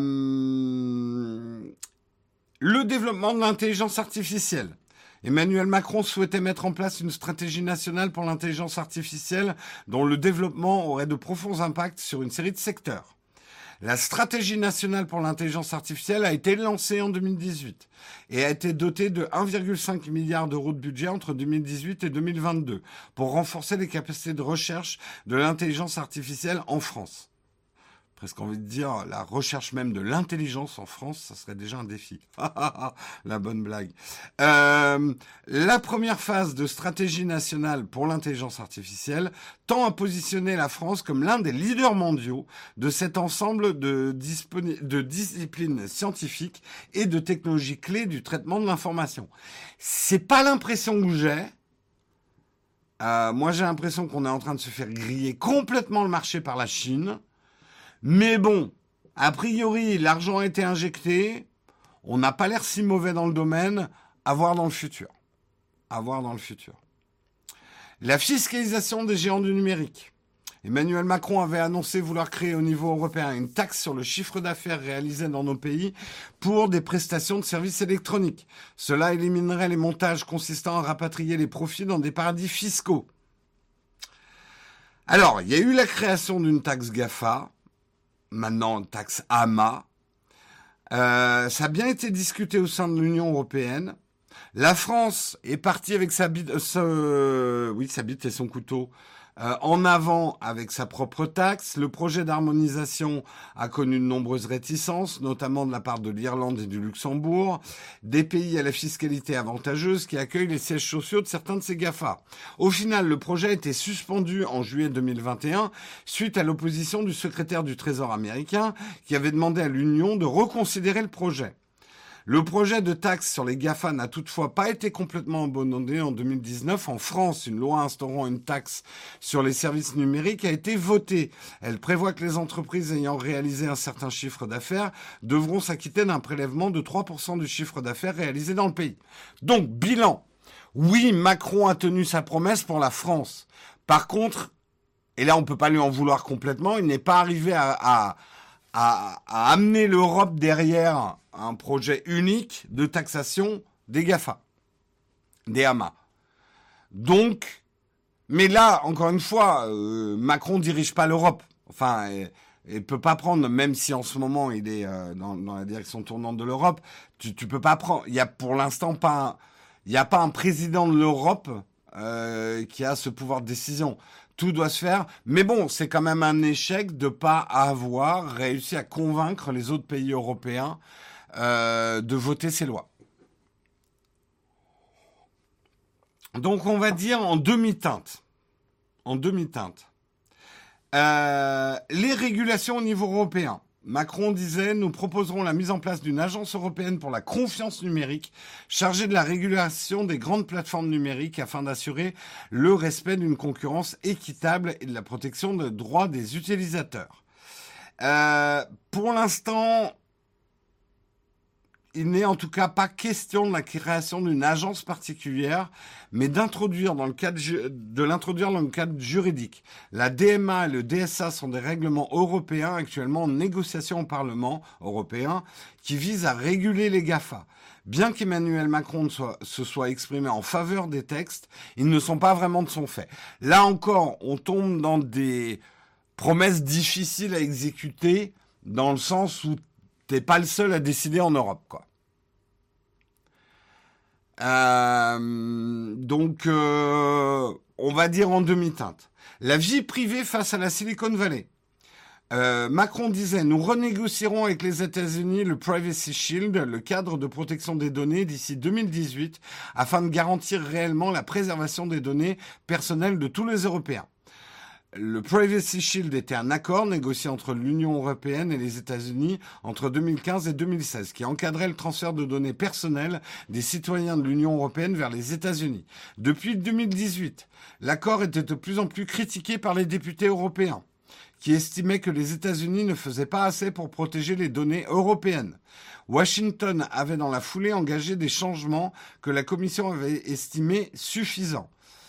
le développement de l'intelligence artificielle. Emmanuel Macron souhaitait mettre en place une stratégie nationale pour l'intelligence artificielle dont le développement aurait de profonds impacts sur une série de secteurs. La stratégie nationale pour l'intelligence artificielle a été lancée en deux mille dix-huit et a été dotée de un virgule cinq milliard d'euros de budget entre deux mille dix-huit et deux mille vingt-deux pour renforcer les capacités de recherche de l'intelligence artificielle en France. Presque envie de dire, la recherche même de l'intelligence en France, ça serait déjà un défi. La bonne blague. Euh, la première phase de stratégie nationale pour l'intelligence artificielle tend à positionner la France comme l'un des leaders mondiaux de cet ensemble de, disponi- de disciplines scientifiques et de technologies clés du traitement de l'information. C'est pas l'impression que j'ai. Euh, moi, j'ai l'impression qu'on est en train de se faire griller complètement le marché par la Chine. Mais bon, a priori, l'argent a été injecté. On n'a pas l'air si mauvais dans le domaine. À voir dans le futur. À voir dans le futur. La fiscalisation des géants du numérique. Emmanuel Macron avait annoncé vouloir créer au niveau européen une taxe sur le chiffre d'affaires réalisé dans nos pays pour des prestations de services électroniques. Cela éliminerait les montages consistant à rapatrier les profits dans des paradis fiscaux. Alors, il y a eu la création d'une taxe GAFA. Maintenant, taxe A M A. Euh, ça a bien été discuté au sein de l'Union européenne. La France est partie avec sa bite, euh, ce, oui, sa bite et son couteau euh, en avant avec sa propre taxe. Le projet d'harmonisation a connu de nombreuses réticences, notamment de la part de l'Irlande et du Luxembourg, des pays à la fiscalité avantageuse qui accueillent les sièges sociaux de certains de ces GAFA. Au final, le projet a été suspendu en juillet deux mille vingt et un suite à l'opposition du secrétaire du Trésor américain qui avait demandé à l'Union de reconsidérer le projet. Le projet de taxe sur les GAFA n'a toutefois pas été complètement abandonné en deux mille dix-neuf. En France, une loi instaurant une taxe sur les services numériques a été votée. Elle prévoit que les entreprises ayant réalisé un certain chiffre d'affaires devront s'acquitter d'un prélèvement de trois pour cent du chiffre d'affaires réalisé dans le pays. Donc, bilan. Oui, Macron a tenu sa promesse pour la France. Par contre, et là on ne peut pas lui en vouloir complètement, il n'est pas arrivé à... à À, à amener l'Europe derrière un projet unique de taxation des GAFA, des A M A. Donc, mais là, encore une fois, euh, Macron dirige pas l'Europe. Enfin, il, il peut pas prendre, même si en ce moment il est euh, dans, dans la direction tournante de l'Europe, tu, tu peux pas prendre. Il y a pour l'instant pas, il y a pas un président de l'Europe euh, qui a ce pouvoir de décision. Tout doit se faire, mais bon, c'est quand même un échec de ne pas avoir réussi à convaincre les autres pays européens euh, de voter ces lois. Donc on va dire en demi-teinte. En demi-teinte. Euh, les régulations au niveau européen. Macron disait, nous proposerons la mise en place d'une agence européenne pour la confiance numérique, chargée de la régulation des grandes plateformes numériques afin d'assurer le respect d'une concurrence équitable et de la protection des droits des utilisateurs. Euh, pour l'instant, il n'est en tout cas pas question de la création d'une agence particulière, mais d'introduire dans le cadre de l'introduire dans le cadre juridique. La D M A et le D S A sont des règlements européens actuellement en négociation au Parlement européen qui visent à réguler les GAFA. Bien qu'Emmanuel Macron soit, se soit exprimé en faveur des textes, ils ne sont pas vraiment de son fait. Là encore, on tombe dans des promesses difficiles à exécuter, dans le sens où t'es pas le seul à décider en Europe, quoi. Euh, donc, euh, on va dire en demi-teinte. La vie privée face à la Silicon Valley. Euh, Macron disait, nous renégocierons avec les États-Unis le Privacy Shield, le cadre de protection des données, d'ici deux mille dix-huit, afin de garantir réellement la préservation des données personnelles de tous les Européens. Le Privacy Shield était un accord négocié entre l'Union européenne et les États-Unis entre deux mille quinze et deux mille seize qui encadrait le transfert de données personnelles des citoyens de l'Union européenne vers les États-Unis. Depuis deux mille dix-huit, l'accord était de plus en plus critiqué par les députés européens qui estimaient que les États-Unis ne faisaient pas assez pour protéger les données européennes. Washington avait dans la foulée engagé des changements que la Commission avait estimés suffisants.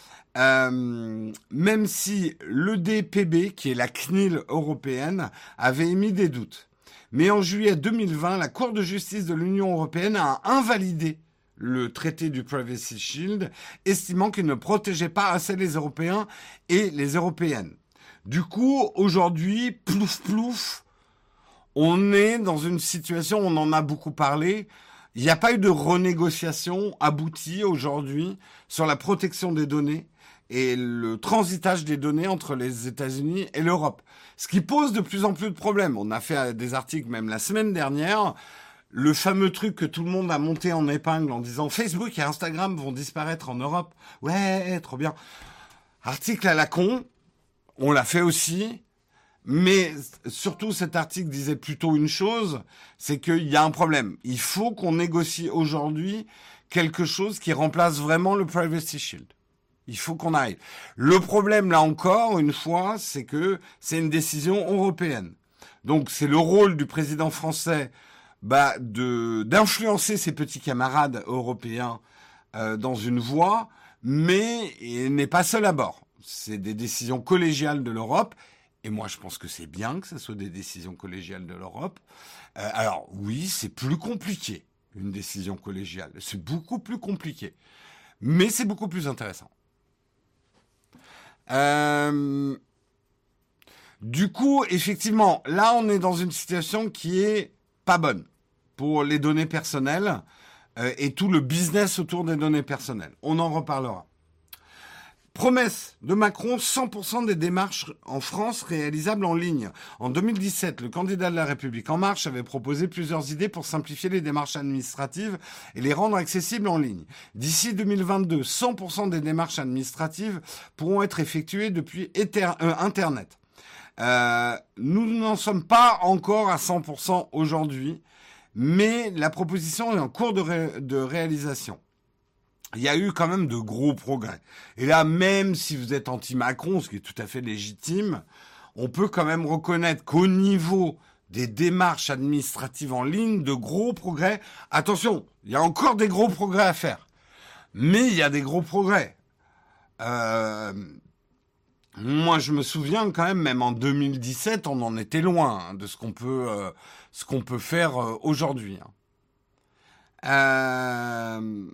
Euh, même si l'E D P B, qui est la C N I L européenne, avait émis des doutes. Mais en juillet deux mille vingt, la Cour de justice de l'Union européenne a invalidé le traité du Privacy Shield, estimant qu'il ne protégeait pas assez les Européens et les Européennes. Du coup, aujourd'hui, plouf plouf, on est dans une situation, on en a beaucoup parlé, il n'y a pas eu de renégociation aboutie aujourd'hui sur la protection des données et le transitage des données entre les États-Unis et l'Europe. Ce qui pose de plus en plus de problèmes. On a fait des articles même la semaine dernière. Le fameux truc que tout le monde a monté en épingle en disant Facebook et Instagram vont disparaître en Europe. Ouais, trop bien. Article à la con. On l'a fait aussi. Mais surtout, cet article disait plutôt une chose, c'est qu'il y a un problème. Il faut qu'on négocie aujourd'hui quelque chose qui remplace vraiment le Privacy Shield. Il faut qu'on arrive. Le problème, là encore, une fois, c'est que c'est une décision européenne. Donc, c'est le rôle du président français bah, de d'influencer ses petits camarades européens euh, dans une voie, mais il n'est pas seul à bord. C'est des décisions collégiales de l'Europe. Et moi, je pense que c'est bien que ce soit des décisions collégiales de l'Europe. Euh, alors, oui, c'est plus compliqué, une décision collégiale. C'est beaucoup plus compliqué. Mais c'est beaucoup plus intéressant. Euh, du coup, effectivement, là, on est dans une situation qui est pas bonne pour les données personnelles euh, et tout le business autour des données personnelles. On en reparlera. Promesse de Macron, cent pour cent des démarches en France réalisables en ligne. En deux mille dix-sept, le candidat de la République En Marche avait proposé plusieurs idées pour simplifier les démarches administratives et les rendre accessibles en ligne. D'ici deux mille vingt-deux, cent pour cent des démarches administratives pourront être effectuées depuis éther- euh, Internet. Euh, nous n'en sommes pas encore à cent pour cent aujourd'hui, mais la proposition est en cours de, ré- de réalisation. Il y a eu quand même de gros progrès. Et là, même si vous êtes anti-Macron, ce qui est tout à fait légitime, on peut quand même reconnaître qu'au niveau des démarches administratives en ligne, de gros progrès. Attention, il y a encore des gros progrès à faire. Mais il y a des gros progrès. Euh, moi, je me souviens quand même, même en deux mille dix-sept, on en était loin hein, de ce qu'on peut, euh, ce qu'on peut faire euh, aujourd'hui. Hein. Euh...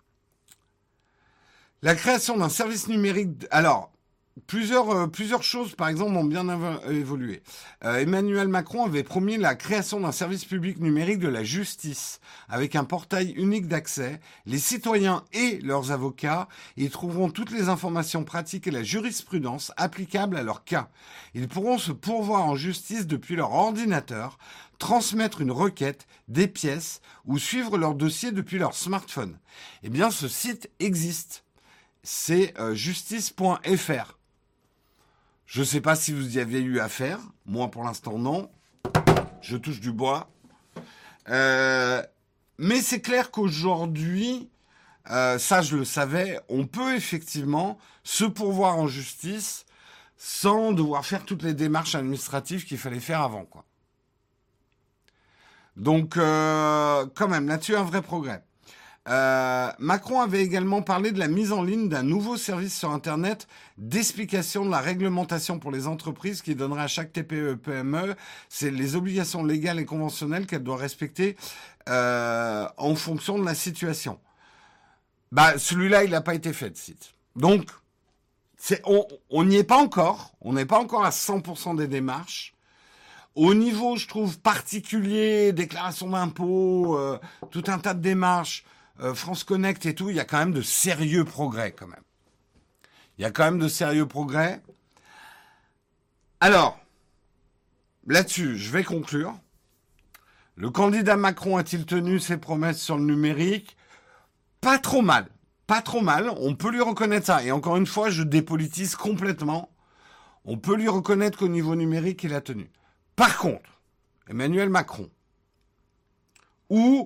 La création d'un service numérique... Alors, plusieurs, euh, plusieurs choses, par exemple, ont bien av- évolué. Euh, Emmanuel Macron avait promis la création d'un service public numérique de la justice, avec un portail unique d'accès. Les citoyens et leurs avocats y trouveront toutes les informations pratiques et la jurisprudence applicables à leur cas. Ils pourront se pourvoir en justice depuis leur ordinateur, transmettre une requête, des pièces ou suivre leur dossier depuis leur smartphone. Eh bien, ce site existe. C'est euh, justice point f r. Je ne sais pas si vous y avez eu affaire. Moi, pour l'instant, non. Je touche du bois. Euh, mais c'est clair qu'aujourd'hui, euh, ça je le savais, on peut effectivement se pourvoir en justice sans devoir faire toutes les démarches administratives qu'il fallait faire avant, quoi. Donc, euh, quand même, là-dessus, un vrai progrès. Euh, Macron avait également parlé de la mise en ligne d'un nouveau service sur Internet d'explication de la réglementation pour les entreprises qui donnerait à chaque T P E P M E c'est les obligations légales et conventionnelles qu'elle doit respecter euh, en fonction de la situation. Bah, celui-là, il n'a pas été fait de site. Donc, c'est, on n'y est pas encore. On n'est pas encore à cent pour cent des démarches. Au niveau, je trouve, particulier, déclaration d'impôts, euh, tout un tas de démarches, euh, France Connect et tout, il y a quand même de sérieux progrès, quand même. Il y a quand même de sérieux progrès. Alors, là-dessus, je vais conclure. Le candidat Macron a-t-il tenu ses promesses sur le numérique ? Pas trop mal. Pas trop mal. On peut lui reconnaître ça. Et encore une fois, je dépolitise complètement. On peut lui reconnaître qu'au niveau numérique, il a tenu. Par contre, Emmanuel Macron, ou...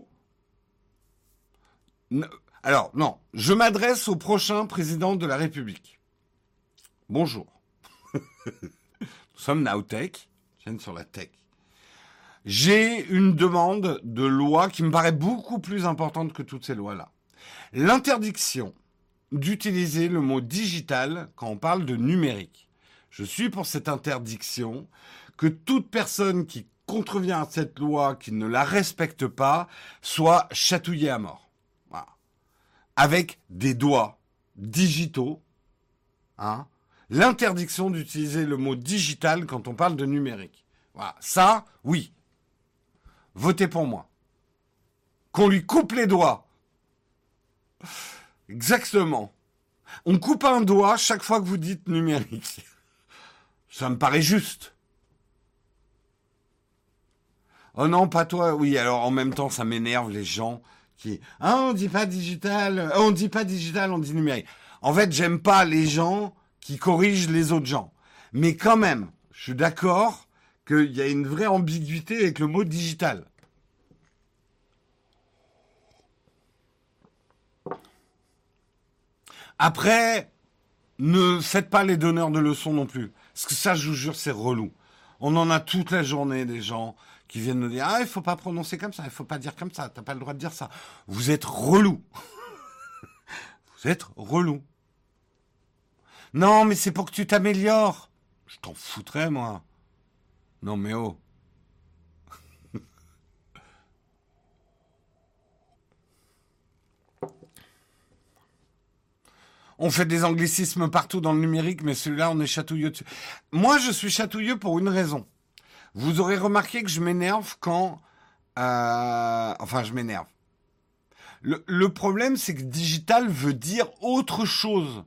Alors, non, je m'adresse au prochain président de la République. Bonjour. Nous sommes Nowtech, chaîne sur la tech. J'ai une demande de loi qui me paraît beaucoup plus importante que toutes ces lois-là. L'interdiction d'utiliser le mot digital quand on parle de numérique. Je suis pour cette interdiction, que toute personne qui contrevient à cette loi, qui ne la respecte pas, soit chatouillée à mort. Voilà. Avec des doigts digitaux, hein, l'interdiction d'utiliser le mot digital quand on parle de numérique. Voilà. Ça, oui. Votez pour moi. Qu'on lui coupe les doigts. Exactement. On coupe un doigt chaque fois que vous dites numérique. Ça me paraît juste. Oh non, pas toi. Oui, alors en même temps, ça m'énerve les gens qui... Ah, on dit pas digital. On dit pas digital, on dit numérique. En fait, j'aime pas les gens qui corrigent les autres gens. Mais quand même, je suis d'accord qu'il y a une vraie ambiguïté avec le mot digital. Après, ne faites pas les donneurs de leçons non plus. Parce que ça, je vous jure, c'est relou. On en a toute la journée des gens qui viennent nous dire « Ah, il faut pas prononcer comme ça, il faut pas dire comme ça, t'as pas le droit de dire ça. » Vous êtes relou. Vous êtes relou. Non, mais c'est pour que tu t'améliores. Je t'en foutrais, moi. Non, mais oh. On fait des anglicismes partout dans le numérique, mais celui-là, on est chatouilleux dessus. Moi, je suis chatouilleux pour une raison. Vous aurez remarqué que je m'énerve quand... Euh, enfin, je m'énerve. Le, le problème, c'est que digital veut dire autre chose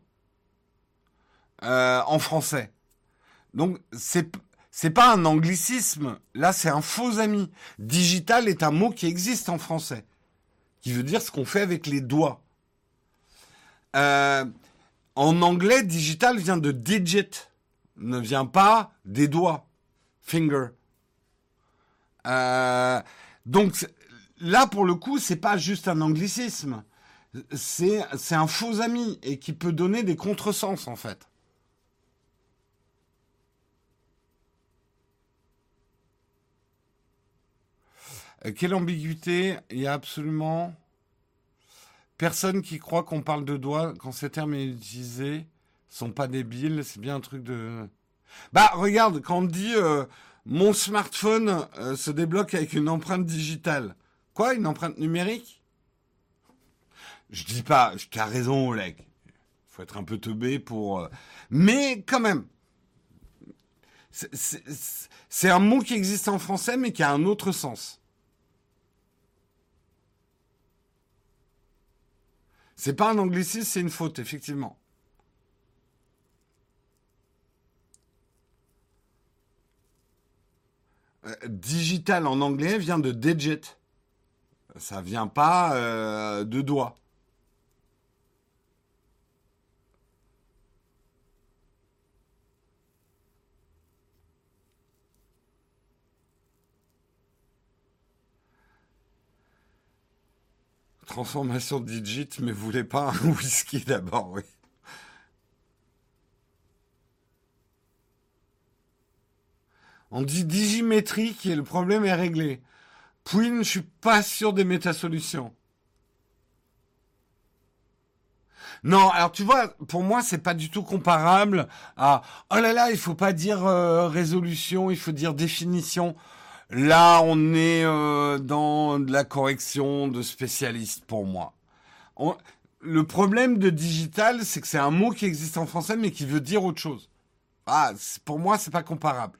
euh, en français. Donc, c'est, c'est pas un anglicisme. Là, c'est un faux ami. Digital est un mot qui existe en français, qui veut dire ce qu'on fait avec les doigts. Euh, en anglais, digital vient de digit, ne vient pas des doigts, finger. Euh, donc là, pour le coup, c'est pas juste un anglicisme, c'est c'est un faux ami et qui peut donner des contresens en fait. Euh, quelle ambiguïté? Il y a absolument personne qui croit qu'on parle de doigts quand ces termes est utilisé sont pas débiles. C'est bien un truc de... Bah, regarde, quand on dit euh, mon smartphone euh, se débloque avec une empreinte digitale. Quoi, une empreinte numérique? Je dis pas, tu as raison, Oleg. Faut être un peu teubé pour... Euh... Mais quand même, c'est, c'est, c'est un mot qui existe en français, mais qui a un autre sens. C'est pas un anglicisme, c'est une faute, effectivement. Euh, digital en anglais vient de digit. Ça vient pas euh, de doigt. Transformation digit, mais vous voulez pas un whisky d'abord, oui. On dit digimétrique et le problème est réglé. Pouine, je suis pas sûr des métasolutions. Non, alors tu vois, pour moi, c'est pas du tout comparable à oh là là, il faut pas dire euh, résolution, il faut dire définition. Là, on est euh, dans de la correction de spécialistes pour moi. On- Le problème de digital, c'est que c'est un mot qui existe en français mais qui veut dire autre chose. Ah, c'est- pour moi, c'est pas comparable.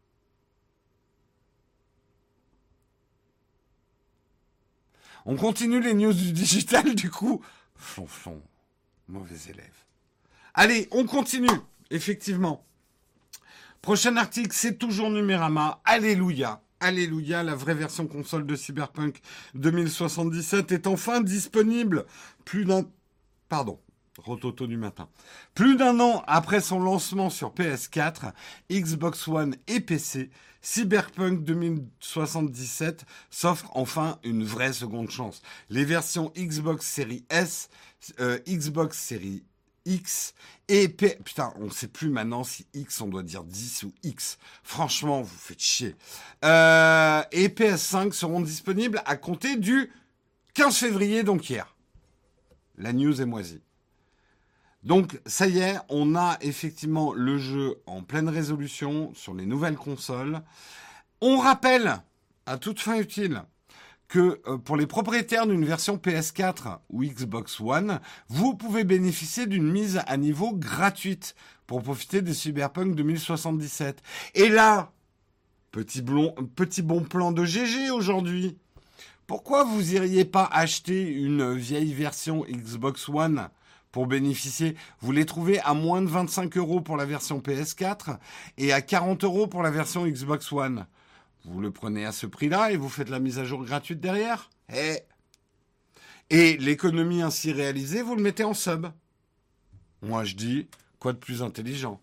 On continue les news du digital du coup. Flonflon, mauvais élève. Allez, on continue, effectivement. Prochain article, c'est toujours Numérama. Alléluia. Alléluia, la vraie version console de Cyberpunk deux mille soixante-dix-sept est enfin disponible. Plus d'un... Pardon. Rototo du matin. Plus d'un an après son lancement sur P S quatre, Xbox One et P C, Cyberpunk deux mille soixante-dix-sept s'offre enfin une vraie seconde chance. Les versions Xbox Series S, euh, Xbox Series X et P... Putain, on ne sait plus maintenant si X, on doit dire dix ou X. Franchement, vous faites chier. Euh, et P S cinq seront disponibles à compter du quinze février, donc hier. La news est moisie. Donc, ça y est, on a effectivement le jeu en pleine résolution sur les nouvelles consoles. On rappelle, à toute fin utile, que euh, pour les propriétaires d'une version P S quatre ou Xbox One, vous pouvez bénéficier d'une mise à niveau gratuite pour profiter des Cyberpunk deux mille soixante-dix-sept. Et là, petit, blond, petit bon plan de G G aujourd'hui. Pourquoi vous iriez pas acheter une vieille version Xbox One pour bénéficier? Vous les trouvez à moins de vingt-cinq euros pour la version P S quatre et à quarante euros pour la version Xbox One. Vous le prenez à ce prix-là et vous faites la mise à jour gratuite derrière. Et, et l'économie ainsi réalisée, vous le mettez en sub. Moi, je dis, quoi de plus intelligent?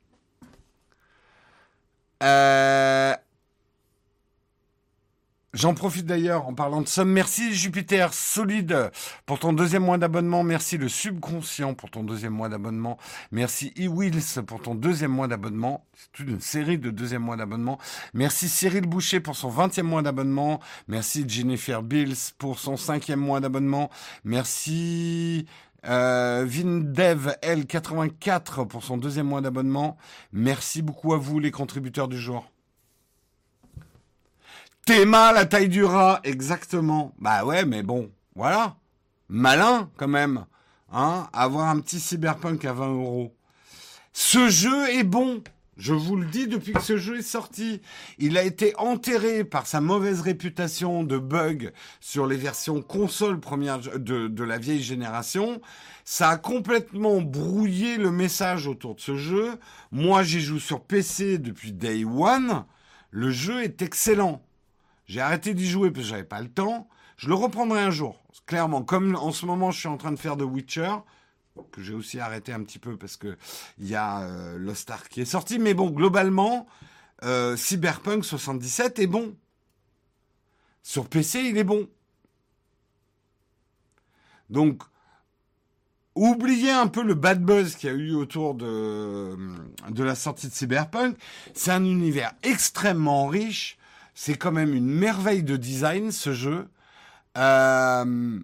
Euh... J'en profite d'ailleurs en parlant de somme. Merci Jupiter Solide pour ton deuxième mois d'abonnement. Merci le Subconscient pour ton deuxième mois d'abonnement. Merci eWills pour ton deuxième mois d'abonnement. C'est toute une série de deuxième mois d'abonnement. Merci Cyril Boucher pour son vingtième mois d'abonnement. Merci Jennifer Bills pour son cinquième mois d'abonnement. Merci euh, Vindev L quatre-vingt-quatre pour son deuxième mois d'abonnement. Merci beaucoup à vous les contributeurs du jour. Théma, la taille du rat, exactement. Bah ouais, mais bon, voilà. Malin, quand même. Hein, avoir un petit Cyberpunk à vingt euros. Ce jeu est bon. Je vous le dis depuis que ce jeu est sorti. Il a été enterré par sa mauvaise réputation de bug sur les versions console première de, de la vieille génération. Ça a complètement brouillé le message autour de ce jeu. Moi, j'y joue sur P C depuis Day One. Le jeu est excellent. J'ai arrêté d'y jouer parce que j'avais pas le temps. Je le reprendrai un jour. Clairement, comme en ce moment, je suis en train de faire The Witcher, que j'ai aussi arrêté un petit peu parce que il y a euh, Lost Ark qui est sorti. Mais bon, globalement, euh, Cyberpunk soixante-dix-sept est bon. Sur P C, il est bon. Donc, oubliez un peu le bad buzz qu'il y a eu autour de, de la sortie de Cyberpunk. C'est un univers extrêmement riche. C'est quand même une merveille de design, ce jeu. Euh,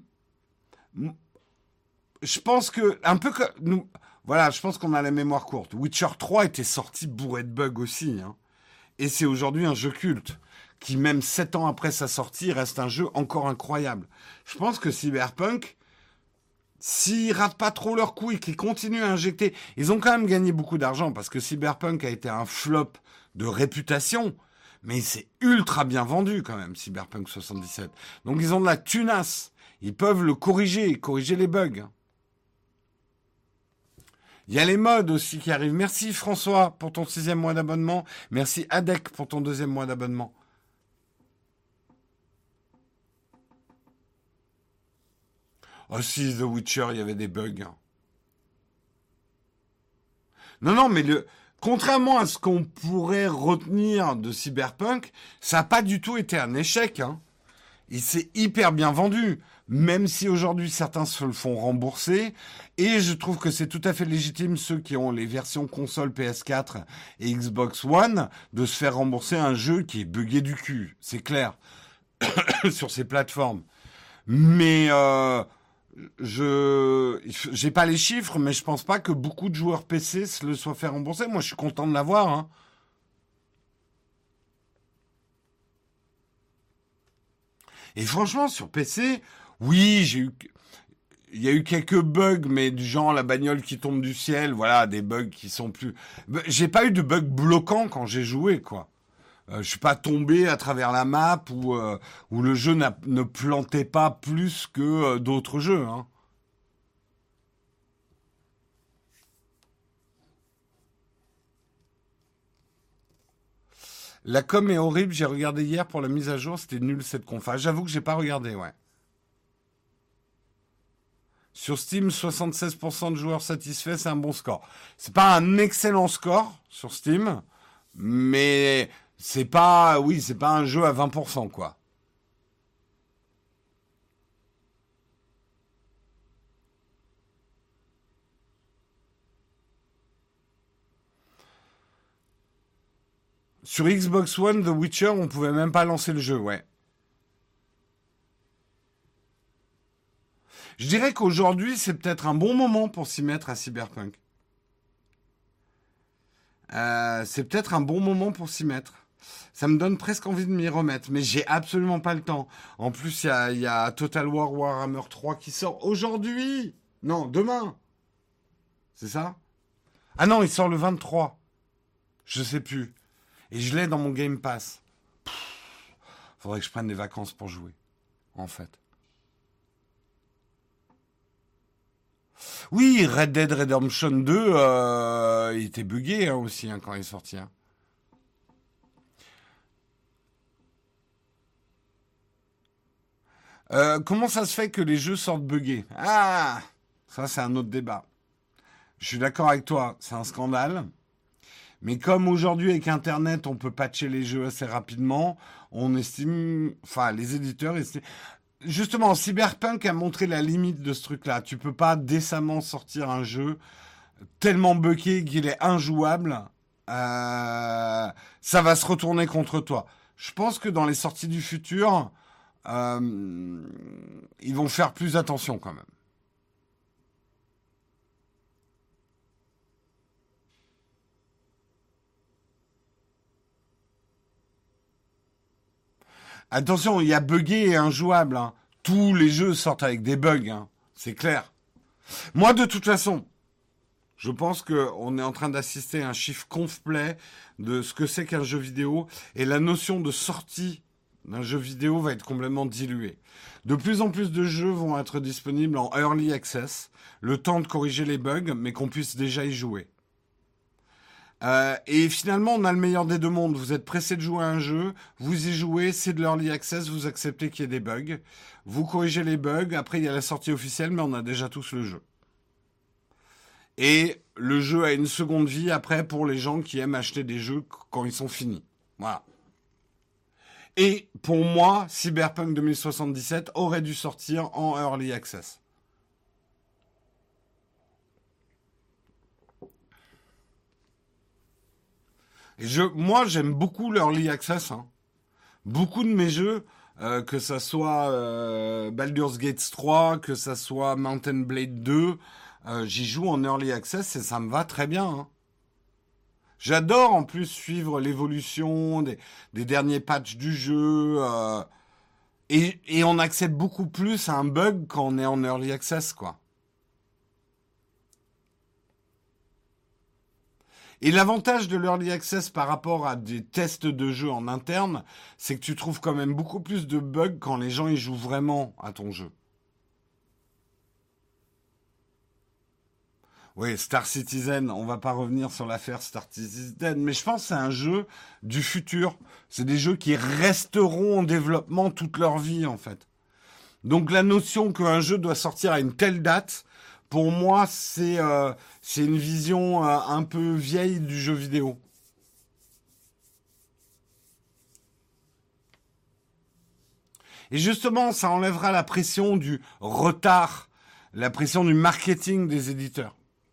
je pense que, un peu comme nous, voilà, je pense qu'on a la mémoire courte. Witcher trois était sorti bourré de bugs aussi, hein. Et c'est aujourd'hui un jeu culte, qui même sept ans après sa sortie, reste un jeu encore incroyable. Je pense que Cyberpunk, s'ils ratent pas trop leur coup et qu'ils continuent à injecter, ils ont quand même gagné beaucoup d'argent, parce que Cyberpunk a été un flop de réputation. Mais c'est ultra bien vendu quand même, Cyberpunk soixante-dix-sept. Donc ils ont de la tunasse. Ils peuvent le corriger, corriger les bugs. Il y a les mods aussi qui arrivent. Merci François pour ton sixième mois d'abonnement. Merci Adek pour ton deuxième mois d'abonnement. Oh si, The Witcher, il y avait des bugs. Non, non, mais le... Contrairement à ce qu'on pourrait retenir de Cyberpunk, ça n'a pas du tout été un échec, hein. Il s'est hyper bien vendu, même si aujourd'hui certains se le font rembourser. Et je trouve que c'est tout à fait légitime, ceux qui ont les versions console P S quatre et Xbox One, de se faire rembourser un jeu qui est buggé du cul. C'est clair. Sur ces plateformes. Mais euh, je j'ai pas les chiffres, mais je pense pas que beaucoup de joueurs P C se le soient fait rembourser. Moi, je suis content de l'avoir. Hein. Et franchement, sur P C, oui, j'ai eu, il y a eu quelques bugs, mais du genre la bagnole qui tombe du ciel, voilà, des bugs qui sont plus. J'ai pas eu de bugs bloquants quand j'ai joué, quoi. Euh, je suis pas tombé à travers la map où, euh, où le jeu n'a- ne plantait pas plus que euh, d'autres jeux. Hein. La com est horrible, j'ai regardé hier pour la mise à jour, c'était nul cette conf. Ah, j'avoue que j'ai pas regardé, ouais. Sur Steam, soixante-seize pour cent de joueurs satisfaits, c'est un bon score. C'est pas un excellent score sur Steam, mais c'est pas, oui, c'est pas un jeu à vingt pour cent, quoi. Sur Xbox One, The Witcher, on pouvait même pas lancer le jeu, ouais. Je dirais qu'aujourd'hui, c'est peut-être un bon moment pour s'y mettre à Cyberpunk. Euh, c'est peut-être un bon moment pour s'y mettre. Ça me donne presque envie de m'y remettre, mais j'ai absolument pas le temps. En plus, il y a, il y a Total War Warhammer trois qui sort aujourd'hui. Non, demain. C'est ça? Ah non, il sort le vingt-trois. Je sais plus. Et je l'ai dans mon Game Pass. Faudrait que je prenne des vacances pour jouer, en fait. Oui, Red Dead Redemption deux, euh, il était buggé hein, aussi hein, quand il est sorti. Hein. Euh, comment ça se fait que les jeux sortent buggés? Ah, ça c'est un autre débat. Je suis d'accord avec toi, c'est un scandale. Mais comme aujourd'hui avec Internet, on peut patcher les jeux assez rapidement, on estime, enfin les éditeurs estiment. Justement, Cyberpunk a montré la limite de ce truc-là. Tu peux pas décemment sortir un jeu tellement buggé qu'il est injouable. Euh, ça va se retourner contre toi. Je pense que dans les sorties du futur, euh, ils vont faire plus attention quand même. Attention, il y a buggé et injouable. Hein. Tous les jeux sortent avec des bugs, hein. C'est clair. Moi, de toute façon, je pense qu'on est en train d'assister à un chiffre complet de ce que c'est qu'un jeu vidéo et la notion de sortie d'un jeu vidéo va être complètement diluée. De plus en plus de jeux vont être disponibles en early access, le temps de corriger les bugs, mais qu'on puisse déjà y jouer. Euh, et finalement, on a le meilleur des deux mondes. Vous êtes pressé de jouer à un jeu, vous y jouez, c'est de l'early access, vous acceptez qu'il y ait des bugs, vous corrigez les bugs, après il y a la sortie officielle, mais on a déjà tous le jeu. Et le jeu a une seconde vie après pour les gens qui aiment acheter des jeux quand ils sont finis. Voilà. Et pour moi, Cyberpunk deux mille soixante-dix-sept aurait dû sortir en early access. Et je, moi, j'aime beaucoup l'early access. Hein. Beaucoup de mes jeux, euh, que ça soit euh, Baldur's Gate trois, que ça soit Mountain Blade deux, euh, j'y joue en early access et ça me va très bien. Hein. J'adore en plus suivre l'évolution des, des derniers patchs du jeu. euh, et, et on accepte beaucoup plus un bug quand on est en early access, quoi. Et l'avantage de l'early access par rapport à des tests de jeu en interne, c'est que tu trouves quand même beaucoup plus de bugs quand les gens y jouent vraiment à ton jeu. Oui, Star Citizen, on va pas revenir sur l'affaire Star Citizen, mais je pense que c'est un jeu du futur. C'est des jeux qui resteront en développement toute leur vie, en fait. Donc la notion qu'un jeu doit sortir à une telle date, pour moi, c'est euh, c'est une vision euh, un peu vieille du jeu vidéo. Et justement, ça enlèvera la pression du retard, la pression du marketing des éditeurs.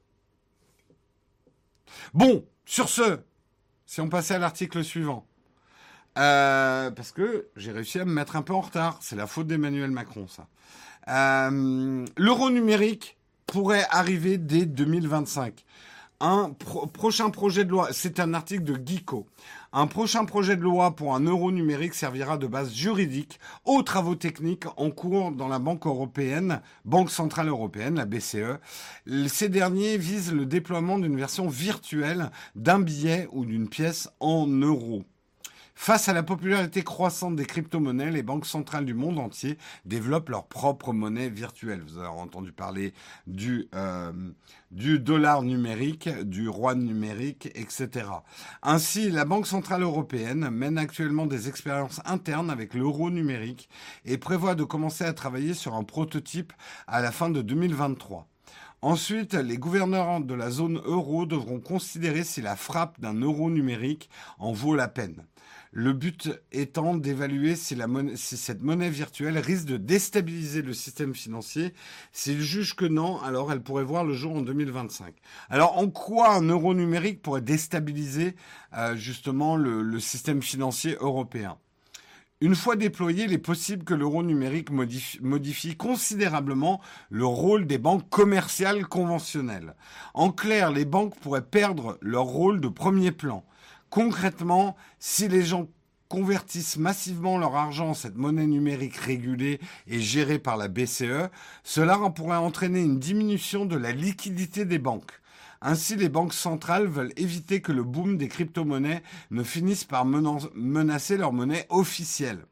Bon, sur ce, si on passait à l'article suivant, euh, parce que j'ai réussi à me mettre un peu en retard, c'est la faute d'Emmanuel Macron, ça. Euh, l'euro numérique pourrait arriver dès deux mille vingt-cinq. Un pro- prochain projet de loi, c'est un article de Geeko. Un prochain projet de loi pour un euro numérique servira de base juridique aux travaux techniques en cours dans la Banque européenne, Banque centrale européenne, la B C E. Ces derniers visent le déploiement d'une version virtuelle d'un billet ou d'une pièce en euros. Face à la popularité croissante des crypto-monnaies, les banques centrales du monde entier développent leur propre monnaie virtuelle. Vous avez entendu parler du, euh, du dollar numérique, du roi numérique, et cetera. Ainsi, la Banque centrale européenne mène actuellement des expériences internes avec l'euro numérique et prévoit de commencer à travailler sur un prototype à la fin de deux mille vingt-trois. Ensuite, les gouverneurs de la zone euro devront considérer si la frappe d'un euro numérique en vaut la peine. Le but étant d'évaluer si, la monnaie, si cette monnaie virtuelle risque de déstabiliser le système financier. S'ils jugent que non, alors elle pourrait voir le jour en deux mille vingt-cinq. Alors, en quoi un euro numérique pourrait déstabiliser euh, justement le, le système financier européen ? Une fois déployé, il est possible que l'euro numérique modifie, modifie considérablement le rôle des banques commerciales conventionnelles. En clair, les banques pourraient perdre leur rôle de premier plan. Concrètement, si les gens convertissent massivement leur argent en cette monnaie numérique régulée et gérée par la B C E, cela pourrait entraîner une diminution de la liquidité des banques. Ainsi, les banques centrales veulent éviter que le boom des crypto-monnaies ne finisse par menacer leur monnaie officielle.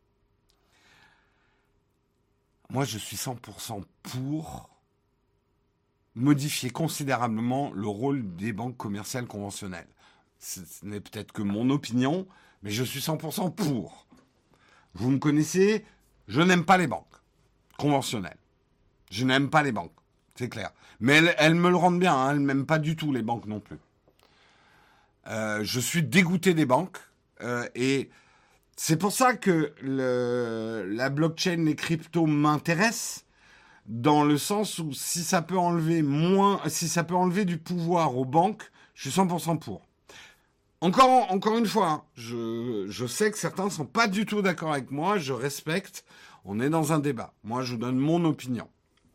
Moi, je suis cent pour cent pour modifier considérablement le rôle des banques commerciales conventionnelles. Ce n'est peut-être que mon opinion, mais je suis cent pour cent pour. Vous me connaissez, je n'aime pas les banques conventionnelles. Je n'aime pas les banques, c'est clair. Mais elles, elles me le rendent bien, hein, elles ne m'aiment pas du tout les banques non plus. Euh, je suis dégoûté des banques euh, et c'est pour ça que le, la blockchain, les cryptos m'intéressent, dans le sens où si ça peut enlever moins, si ça peut enlever du pouvoir aux banques, je suis cent pour cent pour. Encore, encore une fois, hein, je, je sais que certains sont pas du tout d'accord avec moi, je respecte, on est dans un débat. Moi, je vous donne mon opinion.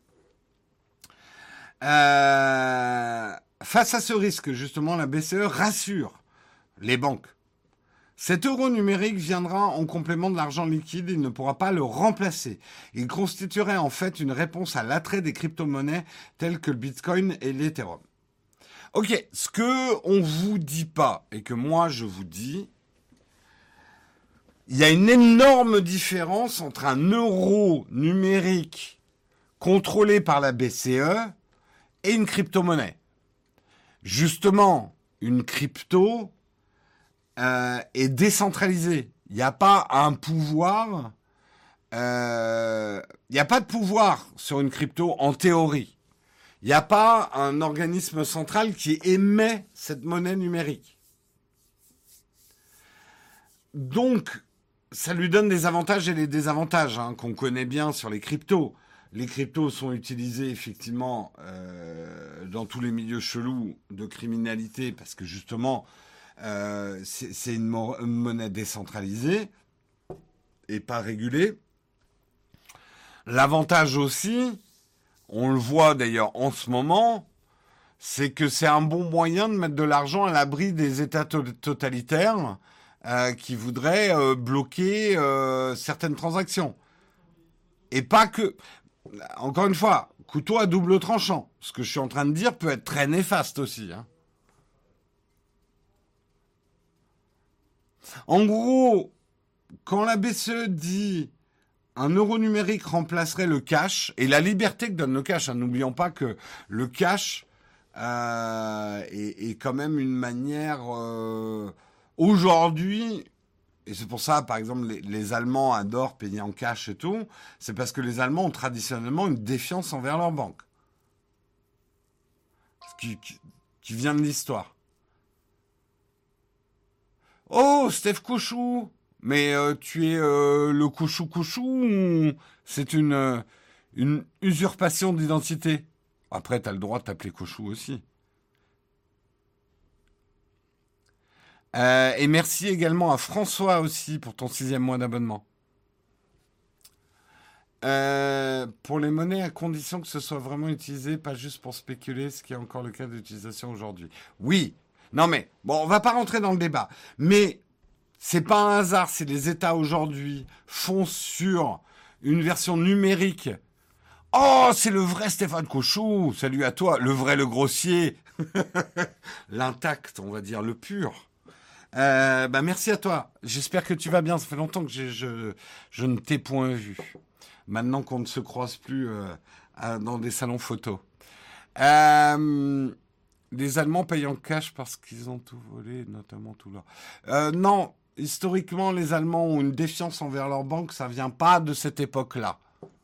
Euh, face à ce risque, justement, la B C E rassure les banques. Cet euro numérique viendra en complément de l'argent liquide, il ne pourra pas le remplacer. Il constituerait en fait une réponse à l'attrait des crypto-monnaies telles que le Bitcoin et l'Ethereum. Ok, ce que on vous dit pas et que moi je vous dis, il y a une énorme différence entre un euro numérique contrôlé par la B C E et une crypto-monnaie. Justement, une crypto euh, est décentralisée. Il n'y a pas un pouvoir, euh, il n'y a pas de pouvoir sur une crypto en théorie. Il n'y a pas un organisme central qui émet cette monnaie numérique. Donc, ça lui donne des avantages et des désavantages hein, qu'on connaît bien sur les cryptos. Les cryptos sont utilisés effectivement euh, dans tous les milieux chelous de criminalité parce que justement, euh, c'est, c'est une, mo- une monnaie décentralisée et pas régulée. L'avantage aussi, on le voit d'ailleurs en ce moment, c'est que c'est un bon moyen de mettre de l'argent à l'abri des États to- totalitaires euh, qui voudraient euh, bloquer euh, certaines transactions. Et pas que... Encore une fois, couteau à double tranchant. Ce que je suis en train de dire peut être très néfaste aussi. Hein. En gros, quand la B C E dit un euro numérique remplacerait le cash, et la liberté que donne le cash, hein, n'oublions pas que le cash euh, est, est quand même une manière... Euh, aujourd'hui... Et c'est pour ça, par exemple, les, les Allemands adorent payer en cash et tout. C'est parce que les Allemands ont traditionnellement une défiance envers leur banque. Ce qui, qui, qui vient de l'histoire. Oh, Steph Cochou, Mais euh, tu es euh, le couchou-couchou ou c'est une, euh, une usurpation d'identité? Après, t'as le droit de t'appeler couchou aussi. Euh, et merci également à François aussi pour ton sixième mois d'abonnement. Euh, pour les monnaies, à condition que ce soit vraiment utilisé, pas juste pour spéculer, ce qui est encore le cas d'utilisation aujourd'hui. Oui. Non mais, bon, on va pas rentrer dans le débat. Mais c'est pas un hasard si les États aujourd'hui font sur une version numérique. Oh, c'est le vrai Stéphane Cochou. Salut à toi, le vrai, le grossier. L'intact, on va dire, le pur. Euh, bah merci à toi. J'espère que tu vas bien. Ça fait longtemps que je, je, je ne t'ai point vu. Maintenant qu'on ne se croise plus euh, à- dans des salons photos. Euh, les Allemands payent en cash parce qu'ils ont tout volé, notamment tout l'or. Euh, non, historiquement, les Allemands ont une défiance envers leur banque. Ça vient pas de cette époque-là.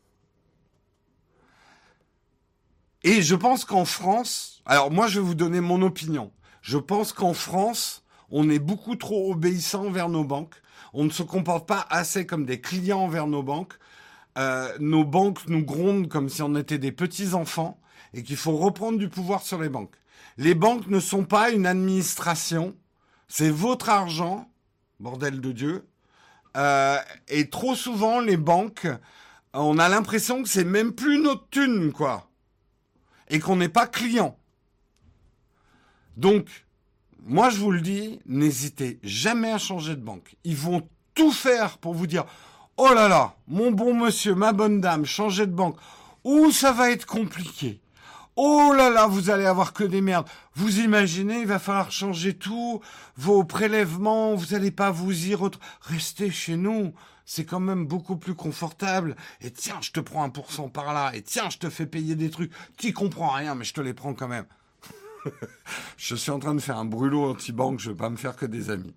Et je pense qu'en France, alors moi je vais vous donner mon opinion. Je pense qu'en France, on est beaucoup trop obéissant envers nos banques. On ne se comporte pas assez comme des clients envers nos banques. Euh, nos banques nous grondent comme si on était des petits enfants et qu'il faut reprendre du pouvoir sur les banques. Les banques ne sont pas une administration. C'est votre argent, bordel de Dieu. Euh, et trop souvent, les banques, on a l'impression que c'est même plus notre thune, quoi. Et qu'on n'est pas client. Donc, moi je vous le dis, n'hésitez jamais à changer de banque. Ils vont tout faire pour vous dire « Oh là là, mon bon monsieur, ma bonne dame, changez de banque. Ouh, ça va être compliqué. Oh là là, vous allez avoir que des merdes. Vous imaginez, il va falloir changer tout, vos prélèvements, vous n'allez pas vous y retrouver. Restez chez nous. C'est quand même beaucoup plus confortable. Et tiens, je te prends un pour cent par là. Et tiens, je te fais payer des trucs. Tu comprends rien, mais je te les prends quand même. » Je suis en train de faire un brûlot anti-banque. Je ne vais pas me faire que des amis.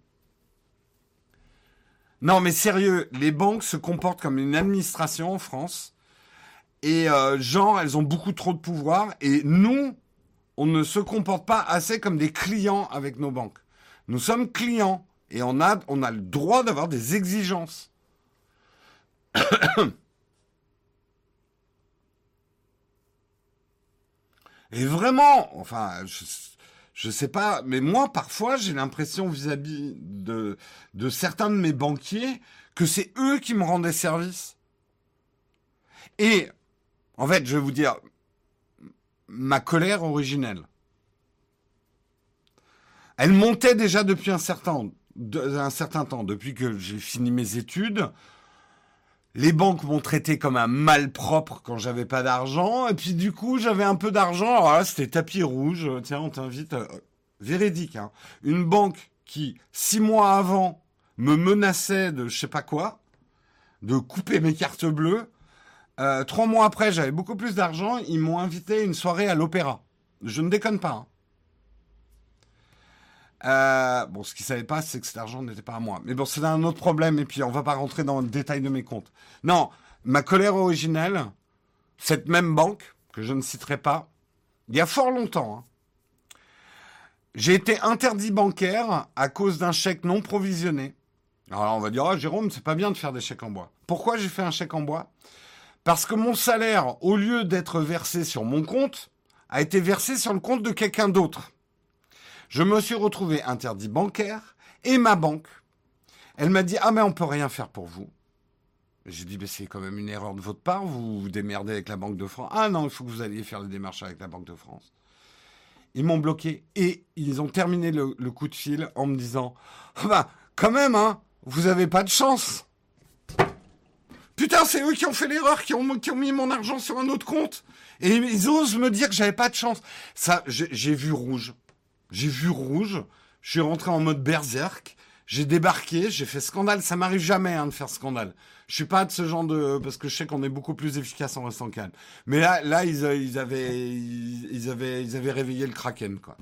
Non, mais sérieux, les banques se comportent comme une administration en France. Et euh, genre, elles ont beaucoup trop de pouvoir. Et nous, on ne se comporte pas assez comme des clients avec nos banques. Nous sommes clients. Et on a, on a le droit d'avoir des exigences. Et vraiment, enfin, je, je sais pas, mais moi, parfois, j'ai l'impression vis-à-vis de, de certains de mes banquiers que c'est eux qui me rendaient service. Et, en fait, je vais vous dire, ma colère originelle, elle montait déjà depuis un certain, de, un certain temps, depuis que j'ai fini mes études. Les banques m'ont traité comme un malpropre quand j'avais pas d'argent. Et puis du coup, j'avais un peu d'argent. Alors là, c'était tapis rouge. Tiens, on t'invite. À... Véridique, hein. Une banque qui, six mois avant, me menaçait de je sais pas quoi, de couper mes cartes bleues. Euh, trois mois après, j'avais beaucoup plus d'argent. Ils m'ont invité à une soirée à l'opéra. Je ne déconne pas, hein. Euh, bon, ce qu'ils savaient pas, c'est que cet argent n'était pas à moi. Mais bon, c'est un autre problème, et puis on va pas rentrer dans le détail de mes comptes. Non, ma colère originelle, cette même banque, que je ne citerai pas, il y a fort longtemps, hein, j'ai été interdit bancaire à cause d'un chèque non provisionné. Alors là, on va dire, ah, Jérôme, c'est pas bien de faire des chèques en bois. Pourquoi j'ai fait un chèque en bois? Parce que mon salaire, au lieu d'être versé sur mon compte, a été versé sur le compte de quelqu'un d'autre. Je me suis retrouvé interdit bancaire et ma banque, elle m'a dit « Ah mais on peut rien faire pour vous ». J'ai dit « Mais c'est quand même une erreur de votre part, vous vous démerdez avec la Banque de France ». « Ah non, il faut que vous alliez faire les démarches avec la Banque de France ». Ils m'ont bloqué et ils ont terminé le, le coup de fil en me disant « Bah quand même, hein, vous avez pas de chance ». Putain, c'est eux qui ont fait l'erreur, qui ont, qui ont mis mon argent sur un autre compte. Et ils osent me dire que j'avais pas de chance. Ça, j'ai, j'ai vu rouge. J'ai vu rouge, je suis rentré en mode berserk, j'ai débarqué, j'ai fait scandale. Ça m'arrive jamais hein, de faire scandale. Je suis pas de ce genre de... Parce que je sais qu'on est beaucoup plus efficace en restant calme. Mais là, là ils, ils, avaient, ils, ils, avaient, ils avaient réveillé le Kraken, quoi.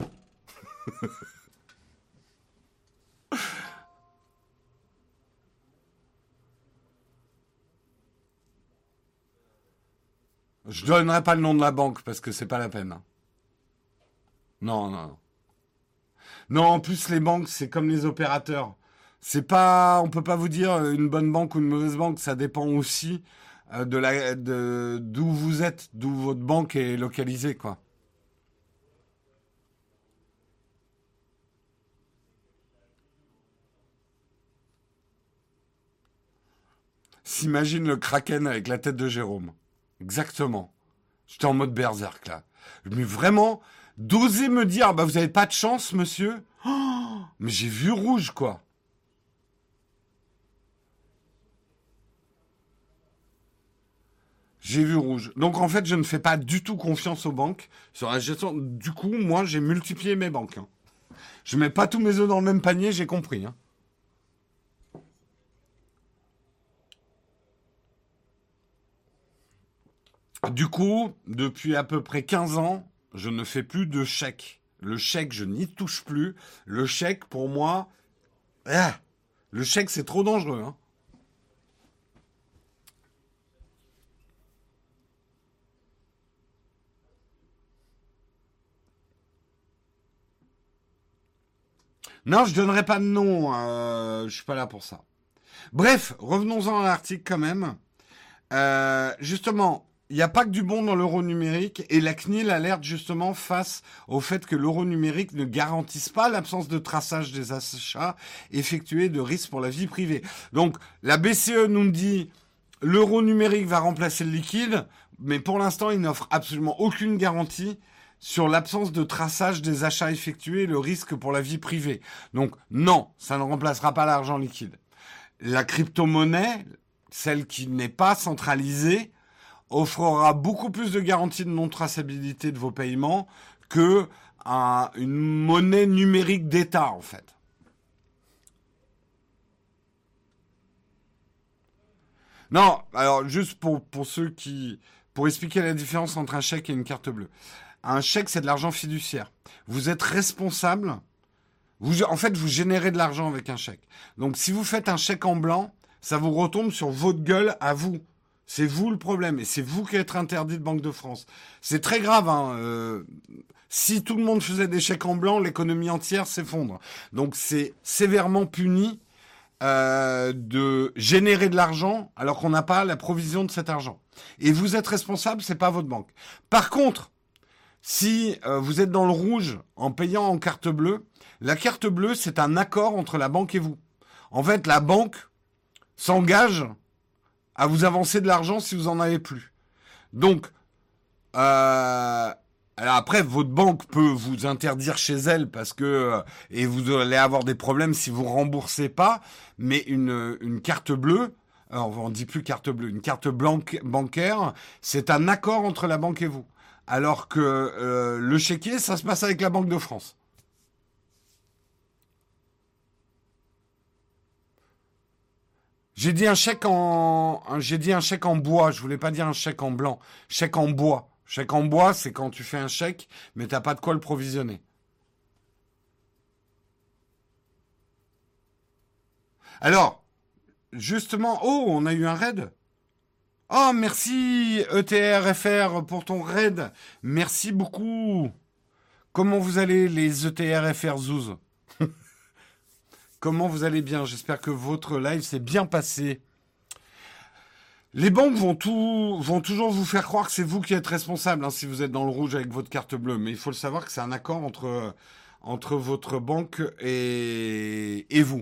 Je donnerai pas le nom de la banque parce que c'est pas la peine. Hein. Non, non, non. Non, en plus, les banques, c'est comme les opérateurs. C'est pas, on peut pas vous dire une bonne banque ou une mauvaise banque. Ça dépend aussi euh, de la, de d'où vous êtes, d'où votre banque est localisée, quoi. S'imagine le Kraken avec la tête de Jérôme. Exactement. J'étais en mode berserk là. Mais vraiment, d'oser me dire, bah vous avez pas de chance, monsieur. Oh, mais j'ai vu rouge, quoi. J'ai vu rouge. Donc en fait, je ne fais pas du tout confiance aux banques sur la gestion. Du coup, moi, j'ai multiplié mes banques, hein. Je mets pas tous mes œufs dans le même panier, j'ai compris, hein. Du coup, depuis à peu près quinze ans, je ne fais plus de chèques. Le chèque, je n'y touche plus. Le chèque, pour moi, ah, le chèque, c'est trop dangereux, hein. Non, je donnerai pas de nom. Euh, je suis pas là pour ça. Bref, revenons-en à l'article quand même. Euh, justement, il n'y a pas que du bon dans l'euro numérique et la C N I L alerte justement face au fait que l'euro numérique ne garantisse pas l'absence de traçage des achats effectués de risques pour la vie privée. Donc la B C E nous dit l'euro numérique va remplacer le liquide, mais pour l'instant il n'offre absolument aucune garantie sur l'absence de traçage des achats effectués et le risque pour la vie privée. Donc non, ça ne remplacera pas l'argent liquide. La crypto-monnaie, celle qui n'est pas centralisée, offrira beaucoup plus de garanties de non-traçabilité de vos paiements que un- une monnaie numérique d'État, en fait. Non, alors juste pour, pour ceux qui... Pour expliquer la différence entre un chèque et une carte bleue. Un chèque, c'est de l'argent fiduciaire. Vous êtes responsable. Vous, en fait, vous générez de l'argent avec un chèque. Donc, si vous faites un chèque en blanc, ça vous retombe sur votre gueule à vous. C'est vous le problème et c'est vous qui êtes interdit de Banque de France. C'est très grave, hein. Euh, si tout le monde faisait des chèques en blanc, l'économie entière s'effondre. Donc, c'est sévèrement puni euh, de générer de l'argent alors qu'on n'a pas la provision de cet argent. Et vous êtes responsable, c'est pas votre banque. Par contre, si euh, vous êtes dans le rouge en payant en carte bleue, la carte bleue, c'est un accord entre la banque et vous. En fait, la banque s'engage à vous avancer de l'argent si vous en avez plus. Donc, euh, alors après, votre banque peut vous interdire chez elle parce que euh, et vous allez avoir des problèmes si vous remboursez pas. Mais une une carte bleue, alors on dit plus carte bleue, une carte blanque bancaire, c'est un accord entre la banque et vous. Alors que euh, le chéquier, ça se passe avec la Banque de France. J'ai dit un chèque en, un- j'ai dit un chèque en bois. Je voulais pas dire un chèque en blanc. Chèque en bois. Chèque en bois, c'est quand tu fais un chèque, mais t'as pas de quoi le provisionner. Alors, justement, oh, on a eu un raid. Oh, merci E T R F R pour ton raid. Merci beaucoup. Comment vous allez les E T R F R Zouz? Comment vous allez bien? J'espère que votre live s'est bien passé. Les banques vont tout, vont toujours vous faire croire que c'est vous qui êtes responsable, hein, si vous êtes dans le rouge avec votre carte bleue. Mais il faut le savoir que c'est un accord entre, entre votre banque et, et vous.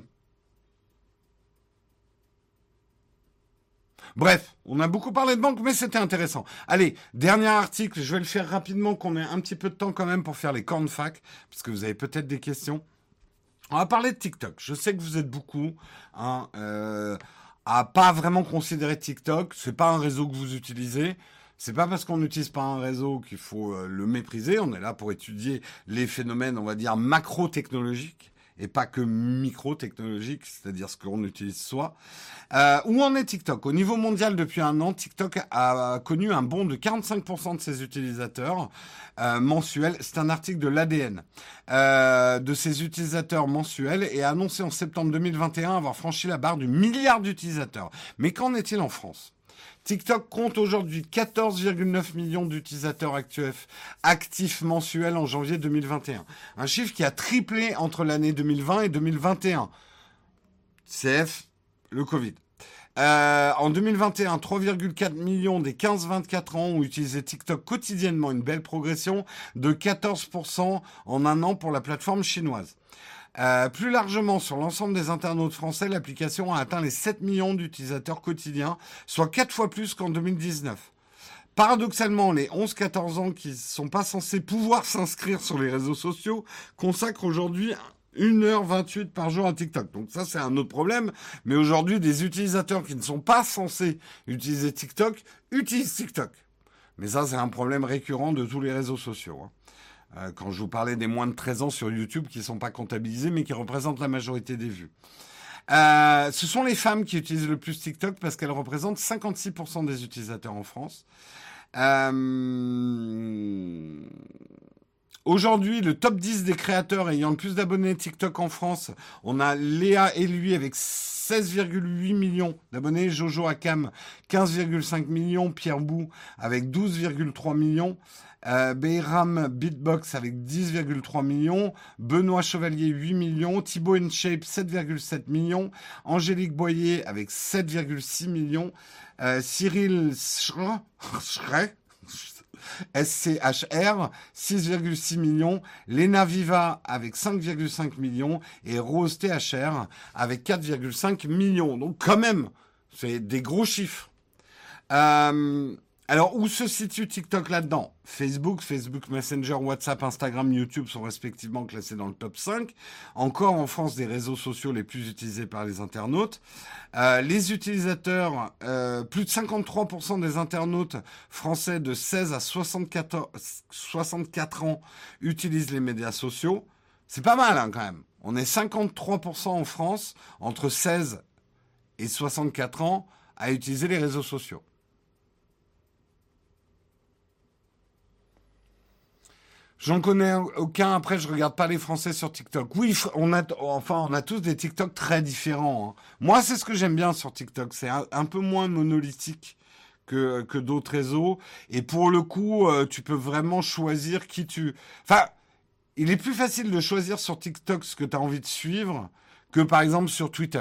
Bref, on a beaucoup parlé de banque, mais c'était intéressant. Allez, dernier article, je vais le faire rapidement, qu'on ait un petit peu de temps quand même pour faire les cornes fac, parce que vous avez peut-être des questions. On va parler de TikTok. Je sais que vous êtes beaucoup, hein, euh, à pas vraiment considérer TikTok. C'est pas un réseau que vous utilisez. C'est pas parce qu'on n'utilise pas un réseau qu'il faut euh, le mépriser. On est là pour étudier les phénomènes, on va dire, macro-technologiques et pas que micro-technologiques, c'est-à-dire ce qu'on utilise soi. Euh, où en est TikTok? Au niveau mondial, depuis un an, TikTok a connu un bond de quarante-cinq pour cent de ses utilisateurs euh, mensuels. C'est un article de l'A D N euh, de ses utilisateurs mensuels et a annoncé en septembre deux mille vingt et un avoir franchi la barre du milliard d'utilisateurs. Mais qu'en est-il en France? TikTok compte aujourd'hui quatorze virgule neuf millions d'utilisateurs actifs, actifs mensuels en janvier deux mille vingt et un. Un chiffre qui a triplé entre l'année deux mille vingt et deux mille vingt et un. C F, le Covid. Euh, en deux mille vingt et un, trois virgule quatre millions des quinze vingt-quatre ans ont utilisé TikTok quotidiennement, une belle progression de quatorze pour cent en un an pour la plateforme chinoise. Euh, plus largement, sur l'ensemble des internautes français, l'application a atteint les sept millions d'utilisateurs quotidiens, soit quatre fois plus qu'en deux mille dix-neuf. Paradoxalement, les onze quatorze ans qui ne sont pas censés pouvoir s'inscrire sur les réseaux sociaux consacrent aujourd'hui une heure vingt-huit par jour à TikTok. Donc ça, c'est un autre problème. Mais aujourd'hui, des utilisateurs qui ne sont pas censés utiliser TikTok utilisent TikTok. Mais ça, c'est un problème récurrent de tous les réseaux sociaux. Hein. Euh, quand je vous parlais des moins de treize ans sur YouTube qui ne sont pas comptabilisés, mais qui représentent la majorité des vues. Euh, ce sont les femmes qui utilisent le plus TikTok parce qu'elles représentent cinquante-six pour cent des utilisateurs en France. Euh... Aujourd'hui, le top dix des créateurs ayant le plus d'abonnés TikTok en France, on a Léa et lui avec seize virgule huit millions d'abonnés, Jojo Akam quinze virgule cinq millions, Pierre Bou avec douze virgule trois millions, euh, Beyram Beatbox avec dix virgule trois millions, Benoît Chevalier huit millions, Thibaut InShape sept virgule sept millions, Angélique Boyer avec sept virgule six millions, euh, Cyril Schray, S C H R, six virgule six millions, Lena Viva avec cinq virgule cinq millions et Rose T H R avec quatre virgule cinq millions. Donc quand même, c'est des gros chiffres. Euh, alors, où se situe TikTok là-dedans ? Facebook, Facebook Messenger, WhatsApp, Instagram, YouTube sont respectivement classés dans le top cinq. Encore en France, des réseaux sociaux les plus utilisés par les internautes. Euh, les utilisateurs, euh, plus de cinquante-trois pour cent des internautes français de seize à soixante-quatre, soixante-quatre ans utilisent les médias sociaux. C'est pas mal hein, quand même. On est cinquante-trois pour cent en France, entre seize et soixante-quatre ans, à utiliser les réseaux sociaux. J'en connais aucun. Après, je regarde pas les Français sur TikTok. Oui, on a, enfin, on a tous des TikTok très différents. Hein. Moi, c'est ce que j'aime bien sur TikTok. C'est un, un peu moins monolithique que, que d'autres réseaux. Et pour le coup, euh, tu peux vraiment choisir qui tu... Enfin, il est plus facile de choisir sur TikTok ce que tu as envie de suivre que, par exemple, sur Twitter.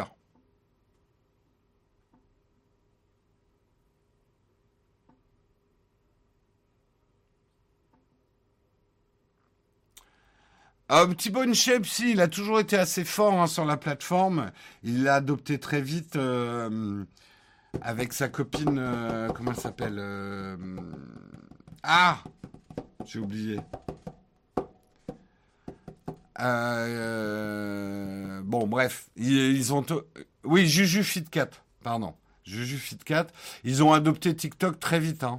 Euh, Thibaut InShape, si, il a toujours été assez fort hein, sur la plateforme. Il l'a adopté très vite euh, avec sa copine, euh, comment elle s'appelle euh, Ah, j'ai oublié. Euh, bon, bref, ils, ils ont... T- oui, Juju Fitcat, pardon. Juju Fitcat. Ils ont adopté TikTok très vite. Hein.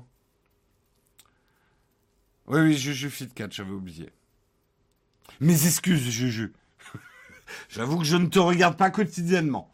Oui, oui, Juju Fitcat, j'avais oublié. Mes excuses, Juju. J'avoue que je ne te regarde pas quotidiennement.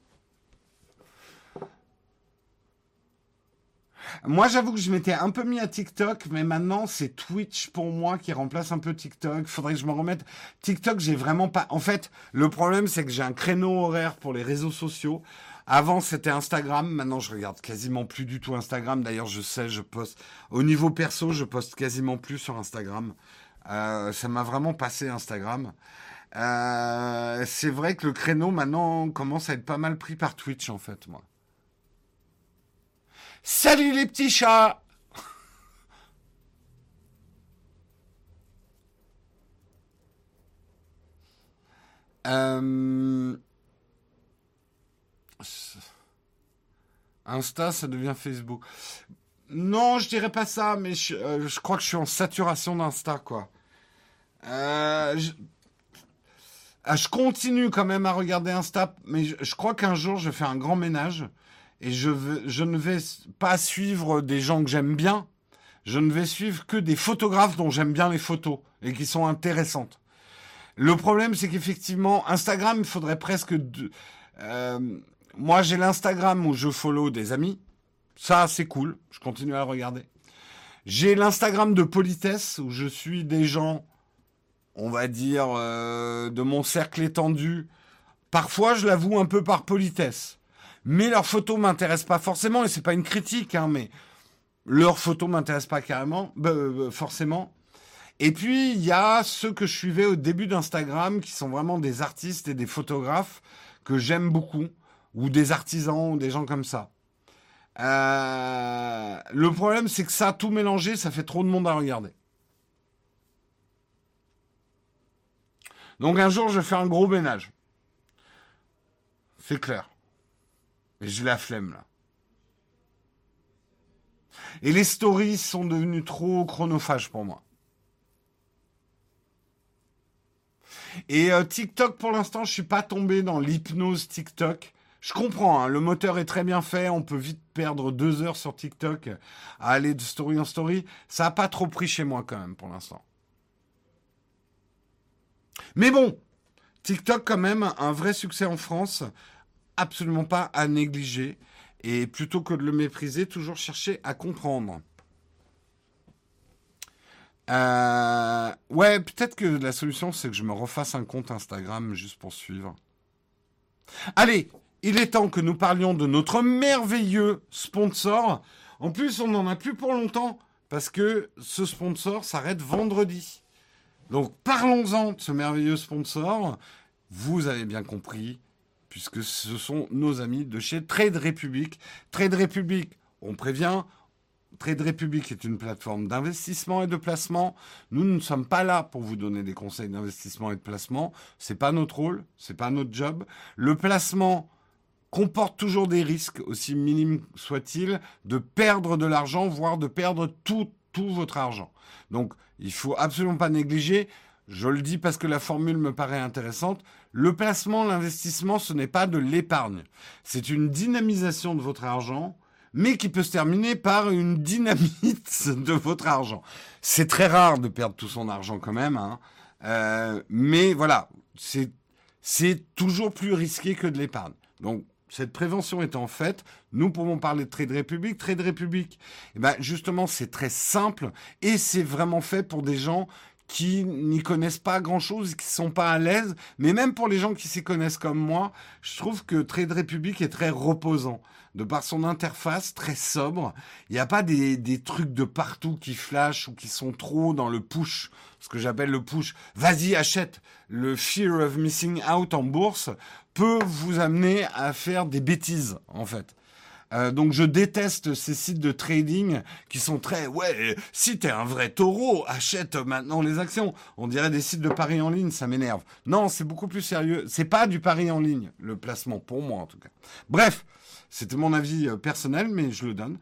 Moi, j'avoue que je m'étais un peu mis à TikTok, mais maintenant, c'est Twitch pour moi qui remplace un peu TikTok. Faudrait que je me remette. TikTok, j'ai vraiment pas... En fait, le problème, c'est que j'ai un créneau horaire pour les réseaux sociaux. Avant, c'était Instagram. Maintenant, je regarde quasiment plus du tout Instagram. D'ailleurs, je sais, je poste... Au niveau perso, je poste quasiment plus sur Instagram. Euh, ça m'a vraiment passé Instagram. Euh, c'est vrai que le créneau maintenant commence à être pas mal pris par Twitch en fait, moi. Salut les petits chats! euh... Insta, ça devient Facebook. Non, je dirais pas ça, mais je, euh, je crois que je suis en saturation d'Insta, quoi. Euh, je, ah, je continue quand même à regarder Insta, mais je, je crois qu'un jour je vais faire un grand ménage et je, veux, je ne vais pas suivre des gens que j'aime bien. Je ne vais suivre que des photographes dont j'aime bien les photos et qui sont intéressantes. Le problème, c'est qu'effectivement, Instagram, il faudrait presque... De, euh, moi, j'ai l'Instagram où je follow des amis. Ça, c'est cool. Je continue à le regarder. J'ai l'Instagram de politesse où je suis des gens... on va dire, euh, de mon cercle étendu. Parfois, je l'avoue, un peu par politesse. Mais leurs photos m'intéressent pas forcément, et c'est pas une critique, hein, mais leurs photos m'intéressent pas carrément, bah, forcément. Et puis, il y a ceux que je suivais au début d'Instagram, qui sont vraiment des artistes et des photographes, que j'aime beaucoup, ou des artisans, ou des gens comme ça. Euh, le problème, c'est que ça, tout mélangé, ça fait trop de monde à regarder. Donc un jour, je fais un gros ménage. C'est clair. Et j'ai la flemme, là. Et les stories sont devenues trop chronophages pour moi. Et euh, TikTok, pour l'instant, je suis pas tombé dans l'hypnose TikTok. Je comprends, hein, le moteur est très bien fait, on peut vite perdre deux heures sur TikTok à aller de story en story. Ça n'a pas trop pris chez moi quand même pour l'instant. Mais bon, TikTok quand même, un vrai succès en France, absolument pas à négliger. Et plutôt que de le mépriser, toujours chercher à comprendre. Euh, ouais, peut-être que la solution, c'est que je me refasse un compte Instagram juste pour suivre. Allez, il est temps que nous parlions de notre merveilleux sponsor. En plus, on n'en a plus pour longtemps, parce que ce sponsor s'arrête vendredi. Donc, parlons-en de ce merveilleux sponsor. Vous avez bien compris, puisque ce sont nos amis de chez Trade Republic. Trade Republic, on prévient... Trade Republic est une plateforme d'investissement et de placement. Nous ne sommes pas là pour vous donner des conseils d'investissement et de placement. C'est pas notre rôle, c'est pas notre job. Le placement comporte toujours des risques, aussi minimes soient-ils, de perdre de l'argent, voire de perdre tout, tout votre argent. Donc, il faut absolument pas négliger. Je le dis parce que la formule me paraît intéressante. Le placement, l'investissement, ce n'est pas de l'épargne. C'est une dynamisation de votre argent, mais qui peut se terminer par une dynamite de votre argent. C'est très rare de perdre tout son argent quand même, hein. Euh, mais voilà, c'est, c'est toujours plus risqué que de l'épargne. Donc, cette prévention étant faite, nous pouvons parler de Trade Republic. Trade Republic, eh ben, justement, c'est très simple et c'est vraiment fait pour des gens qui n'y connaissent pas grand-chose, qui ne sont pas à l'aise. Mais même pour les gens qui s'y connaissent comme moi, je trouve que Trade Republic est très reposant. De par son interface très sobre, il n'y a pas des, des trucs de partout qui flashent ou qui sont trop dans le push, ce que j'appelle le push. Vas-y, achète. Le fear of missing out en bourse peut vous amener à faire des bêtises, en fait. Euh, donc je déteste ces sites de trading qui sont très ouais, si t'es un vrai taureau, achète maintenant les actions. On dirait des sites de paris en ligne, ça m'énerve. Non, c'est beaucoup plus sérieux. C'est pas du pari en ligne, le placement, pour moi en tout cas. Bref, c'était mon avis personnel, mais je le donne.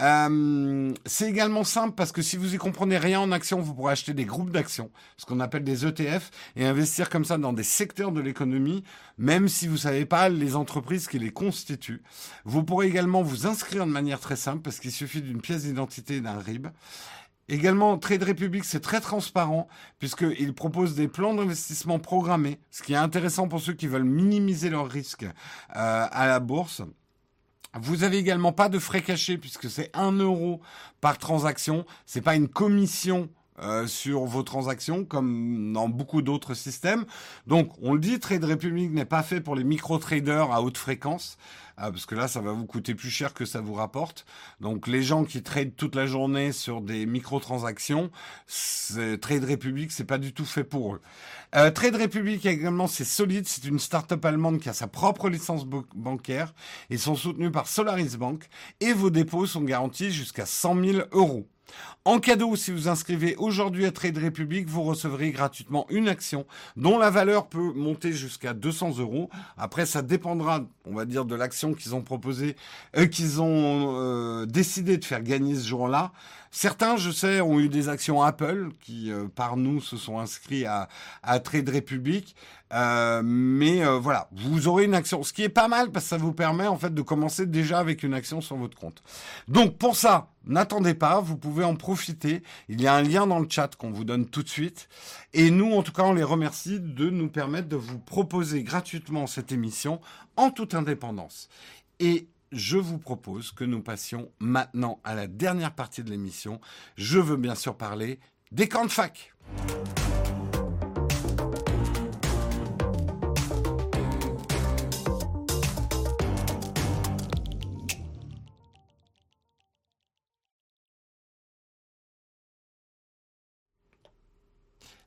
Euh, c'est également simple parce que si vous y comprenez rien en action, vous pourrez acheter des groupes d'actions, ce qu'on appelle des E T F, et investir comme ça dans des secteurs de l'économie, même si vous savez pas les entreprises qui les constituent. Vous pourrez également vous inscrire de manière très simple parce qu'il suffit d'une pièce d'identité et d'un R I B. Également, Trade Republic, c'est très transparent puisqu'il propose des plans d'investissement programmés, ce qui est intéressant pour ceux qui veulent minimiser leurs risques euh, à la bourse. Vous avez également pas de frais cachés puisque c'est un euro par transaction. C'est pas une commission euh, sur vos transactions comme dans beaucoup d'autres systèmes. Donc, on le dit, Trade Republic n'est pas fait pour les micro-traders à haute fréquence. Ah, parce que là, ça va vous coûter plus cher que ça vous rapporte. Donc, les gens qui tradent toute la journée sur des micro-transactions, Trade Republic, c'est pas du tout fait pour eux. Euh, Trade Republic également, c'est solide. C'est une start-up allemande qui a sa propre licence bo- bancaire. Ils sont soutenus par Solaris Bank et vos dépôts sont garantis jusqu'à cent mille euros. En cadeau, si vous inscrivez aujourd'hui à Trade Republic, vous recevrez gratuitement une action dont la valeur peut monter jusqu'à deux cents euros. Après, ça dépendra, on va dire, de l'action qu'ils ont proposée, euh, qu'ils ont euh, décidé de faire gagner ce jour-là. Certains, je sais, ont eu des actions Apple qui, euh, par nous, se sont inscrits à, à Trade Republic. Euh, mais euh, voilà, vous aurez une action, ce qui est pas mal parce que ça vous permet en fait de commencer déjà avec une action sur votre compte. Donc pour ça, n'attendez pas, vous pouvez en profiter. Il y a un lien dans le chat qu'on vous donne tout de suite. Et nous, en tout cas, on les remercie de nous permettre de vous proposer gratuitement cette émission en toute indépendance. Et je vous propose que nous passions maintenant à la dernière partie de l'émission. Je veux bien sûr parler des camps de fac.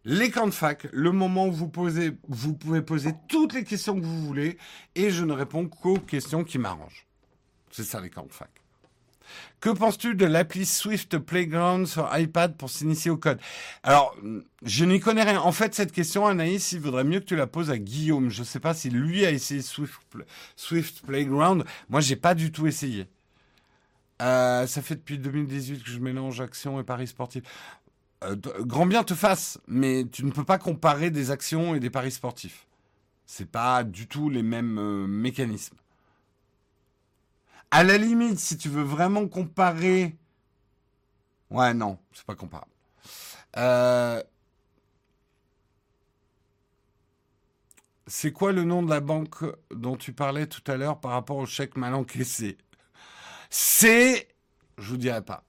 Les camps de fac, le moment où vous posez, vous pouvez poser toutes les questions que vous voulez et je ne réponds qu'aux questions qui m'arrangent. C'est ça les camps de fac. Que penses-tu de l'appli Swift Playground sur iPad pour s'initier au code? Alors, je n'y connais rien. En fait, cette question, Anaïs, il vaudrait mieux que tu la poses à Guillaume. Je ne sais pas si lui a essayé Swift, Swift Playground. Moi, j'ai pas du tout essayé. Euh, ça fait depuis deux mille dix-huit que je mélange action et paris sportifs. Euh, grand bien te fasse, mais tu ne peux pas comparer des actions et des paris sportifs. C'est pas du tout les mêmes euh, mécanismes. À la limite, si tu veux vraiment comparer... Ouais, non, c'est pas comparable. Euh... C'est quoi le nom de la banque dont tu parlais tout à l'heure par rapport au chèque mal encaissé? C'est... Je vous dirai pas.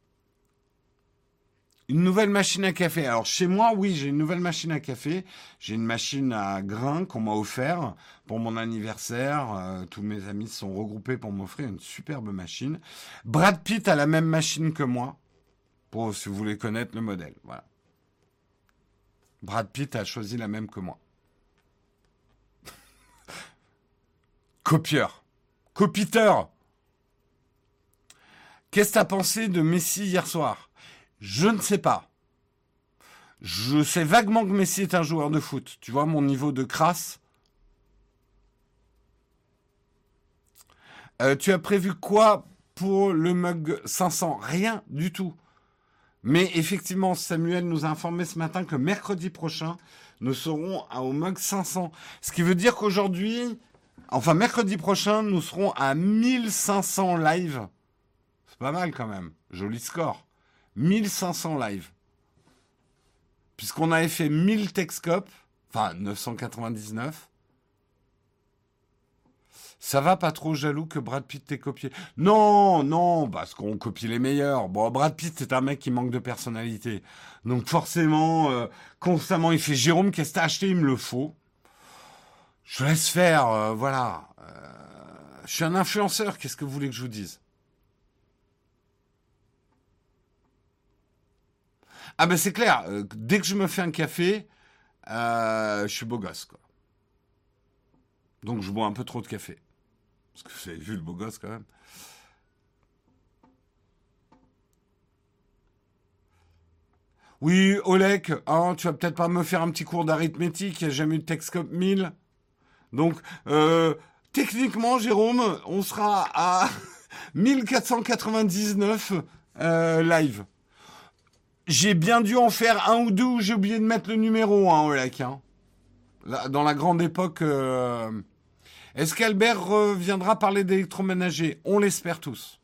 Une nouvelle machine à café. Alors chez moi, oui, j'ai une nouvelle machine à café. J'ai une machine à grains qu'on m'a offert pour mon anniversaire. Euh, tous mes amis se sont regroupés pour m'offrir une superbe machine. Brad Pitt a la même machine que moi, pour si vous voulez connaître le modèle. Voilà. Brad Pitt a choisi la même que moi. Copieur. Copiteur. Qu'est-ce que t'as pensé de Messi hier soir? Je ne sais pas. Je sais vaguement que Messi est un joueur de foot. Tu vois mon niveau de crasse. Euh, tu as prévu quoi pour le mug cinq cents? Rien du tout. Mais effectivement, Samuel nous a informé ce matin que mercredi prochain, nous serons au mug cinq cents. Ce qui veut dire qu'aujourd'hui, enfin mercredi prochain, nous serons à mille cinq cents live. C'est pas mal quand même. Joli score. mille cinq cents live. Puisqu'on avait fait mille Texcop, enfin neuf cent quatre-vingt-dix-neuf. Ça va pas trop jaloux que Brad Pitt t'ait copié? Non, non, parce qu'on copie les meilleurs. Bon, Brad Pitt, c'est un mec qui manque de personnalité. Donc forcément, euh, constamment, il fait Jérôme, qu'est-ce que t'as acheté? Il me le faut. Je laisse faire, euh, voilà. Euh, je suis un influenceur, qu'est-ce que vous voulez que je vous dise? Ah ben c'est clair, euh, dès que je me fais un café, euh, je suis beau gosse, quoi. Donc je bois un peu trop de café. Parce que vous avez vu le beau gosse quand même. Oui, Olek, hein, tu vas peut-être pas me faire un petit cours d'arithmétique, il n'y a jamais eu de Texcop mille. Donc, euh, techniquement, Jérôme, on sera à mille quatre cent quatre-vingt-dix-neuf euh, live. J'ai bien dû en faire un ou deux où j'ai oublié de mettre le numéro, hein, Olek. Hein. Là, dans la grande époque... Euh... Est-ce qu'Albert reviendra parler d'électroménager? On l'espère tous.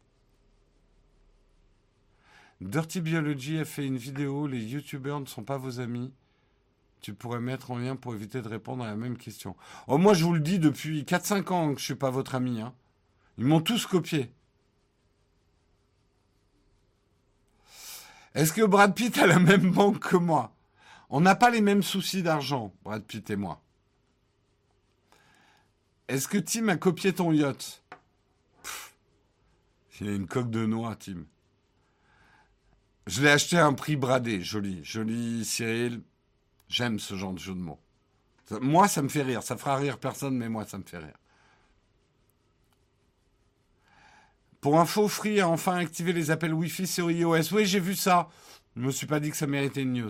Dirty Biology a fait une vidéo. Les youtubeurs ne sont pas vos amis. Tu pourrais mettre en lien pour éviter de répondre à la même question. Oh, moi, je vous le dis depuis quatre cinq ans que je suis pas votre ami. Hein. Ils m'ont tous copié. Est-ce que Brad Pitt a la même banque que moi? On n'a pas les mêmes soucis d'argent, Brad Pitt et moi. Est-ce que Tim a copié ton yacht? Pff, il a une coque de noix, Tim. Je l'ai acheté à un prix bradé, joli. Joli, Cyril. J'aime ce genre de jeu de mots. Ça, moi, ça me fait rire. Ça fera rire personne, mais moi, ça me fait rire. Pour info, Free a enfin activé les appels Wi-Fi sur iOS. Oui, j'ai vu ça. Je me suis pas dit que ça méritait une news.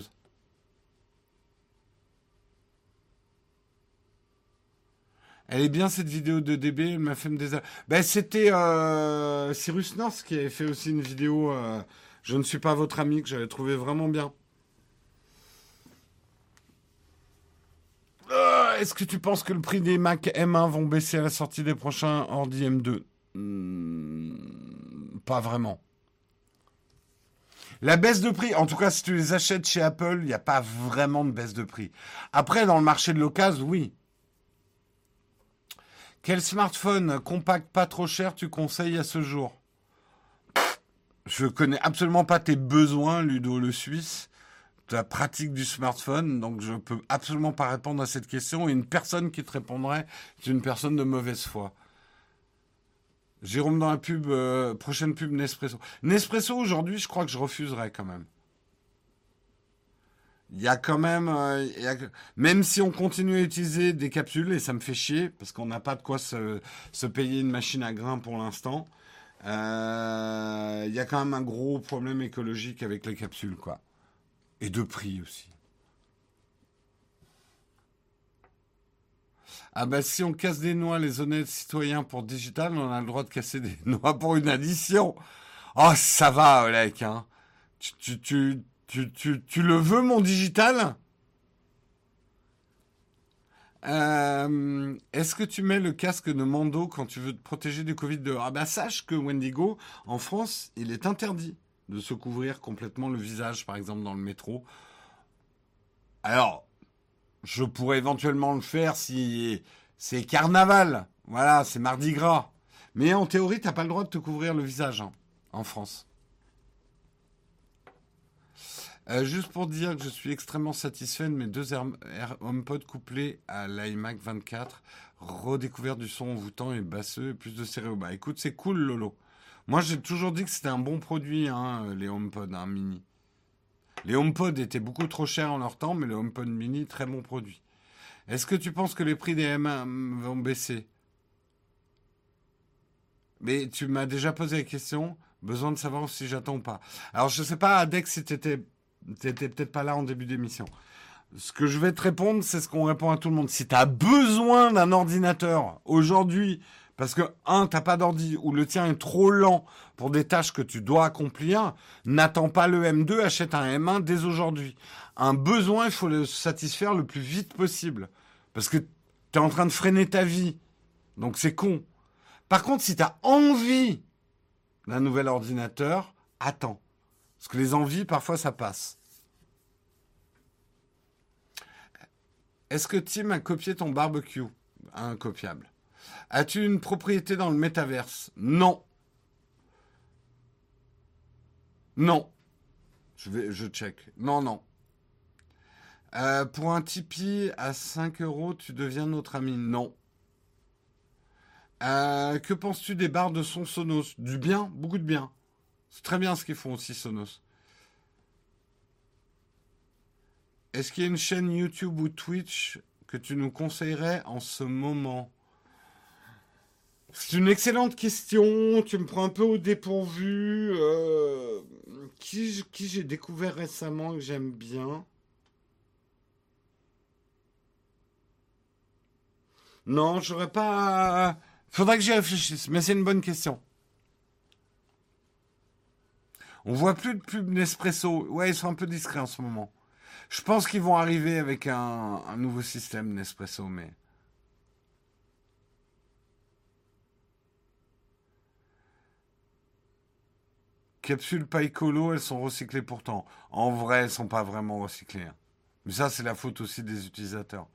Elle est bien cette vidéo de D B, elle m'a fait me désagréger. Ben, c'était euh, Cyrus North qui avait fait aussi une vidéo euh, Je ne suis pas votre ami, que j'avais trouvé vraiment bien. Euh, Est-ce que tu penses que le prix des Mac M un vont baisser à la sortie des prochains ordi M deux? hmm, Pas vraiment. La baisse de prix, en tout cas si tu les achètes chez Apple, il n'y a pas vraiment de baisse de prix. Après, dans le marché de l'occasion, oui. Quel smartphone compact pas trop cher tu conseilles à ce jour? Je connais absolument pas tes besoins, Ludo le Suisse, ta pratique du smartphone, donc je peux absolument pas répondre à cette question. Et une personne qui te répondrait, c'est une personne de mauvaise foi. Jérôme dans la pub, euh, prochaine pub Nespresso. Nespresso aujourd'hui, je crois que je refuserais quand même. Il y a quand même, euh, il y a- même si on continue à utiliser des capsules, et ça me fait chier, parce qu'on n'a pas de quoi se, se payer une machine à grains pour l'instant, euh, il y a quand même un gros problème écologique avec les capsules, quoi. Et de prix aussi. Ah bah si on casse des noix, les honnêtes citoyens pour digital, on a le droit de casser des noix pour une addition. Oh, ça va, Olek, hein. Tu, tu, tu, tu, tu, tu le veux, mon digital? Euh, est-ce que tu mets le casque de Mando quand tu veux te protéger du Covid dehors? Ah bah sache que Wendigo, en France, il est interdit de se couvrir complètement le visage, par exemple dans le métro. Alors, je pourrais éventuellement le faire si c'est carnaval. Voilà, c'est Mardi Gras. Mais en théorie, t'as pas le droit de te couvrir le visage hein, en France. Euh, juste pour dire que je suis extrêmement satisfait de mes deux Air- Air- HomePod couplés à l'iMac vingt-quatre. Redécouvert du son envoûtant et basseux et plus de stéréo. Bah écoute, c'est cool Lolo. Moi j'ai toujours dit que c'était un bon produit, hein, les HomePod hein, mini. Les HomePod étaient beaucoup trop chers en leur temps, mais le HomePod mini, très bon produit. Est-ce que tu penses que les prix des M un vont baisser? Mais tu m'as déjà posé la question. Besoin de savoir si j'attends ou pas. Alors je sais pas, Adex, si t'étais, t'étais peut-être pas là en début d'émission. Ce que je vais te répondre, c'est ce qu'on répond à tout le monde. Si tu as besoin d'un ordinateur aujourd'hui, parce que, un, t'as pas d'ordi, ou le tien est trop lent pour des tâches que tu dois accomplir, n'attends pas le M deux, achète un M un dès aujourd'hui. Un besoin, il faut le satisfaire le plus vite possible. Parce que tu es en train de freiner ta vie. Donc c'est con. Par contre, si tu as envie d'un nouvel ordinateur, attends. Parce que les envies, parfois, ça passe. Est-ce que Tim a copié ton barbecue? Incopiable. As-tu une propriété dans le métaverse? Non. Non. Je vais, je check. Non, non. Euh, pour un Tipeee à cinq euros, tu deviens notre ami? Non. Euh, que penses-tu des barres de son Sonos? Du bien, beaucoup de bien. C'est très bien ce qu'ils font aussi, Sonos. Est-ce qu'il y a une chaîne YouTube ou Twitch que tu nous conseillerais en ce moment? C'est une excellente question. Tu me prends un peu au dépourvu. Euh, qui qui j'ai découvert récemment que j'aime bien? Non, j'aurais pas. Faudrait que j'y réfléchisse, mais c'est une bonne question. On voit plus de pub Nespresso. Ouais, ils sont un peu discrets en ce moment. Je pense qu'ils vont arriver avec un, un nouveau système Nespresso, mais. Capsules pas écolo, elles sont recyclées pourtant. En vrai, elles sont pas vraiment recyclées, hein. Mais ça, c'est la faute aussi des utilisateurs.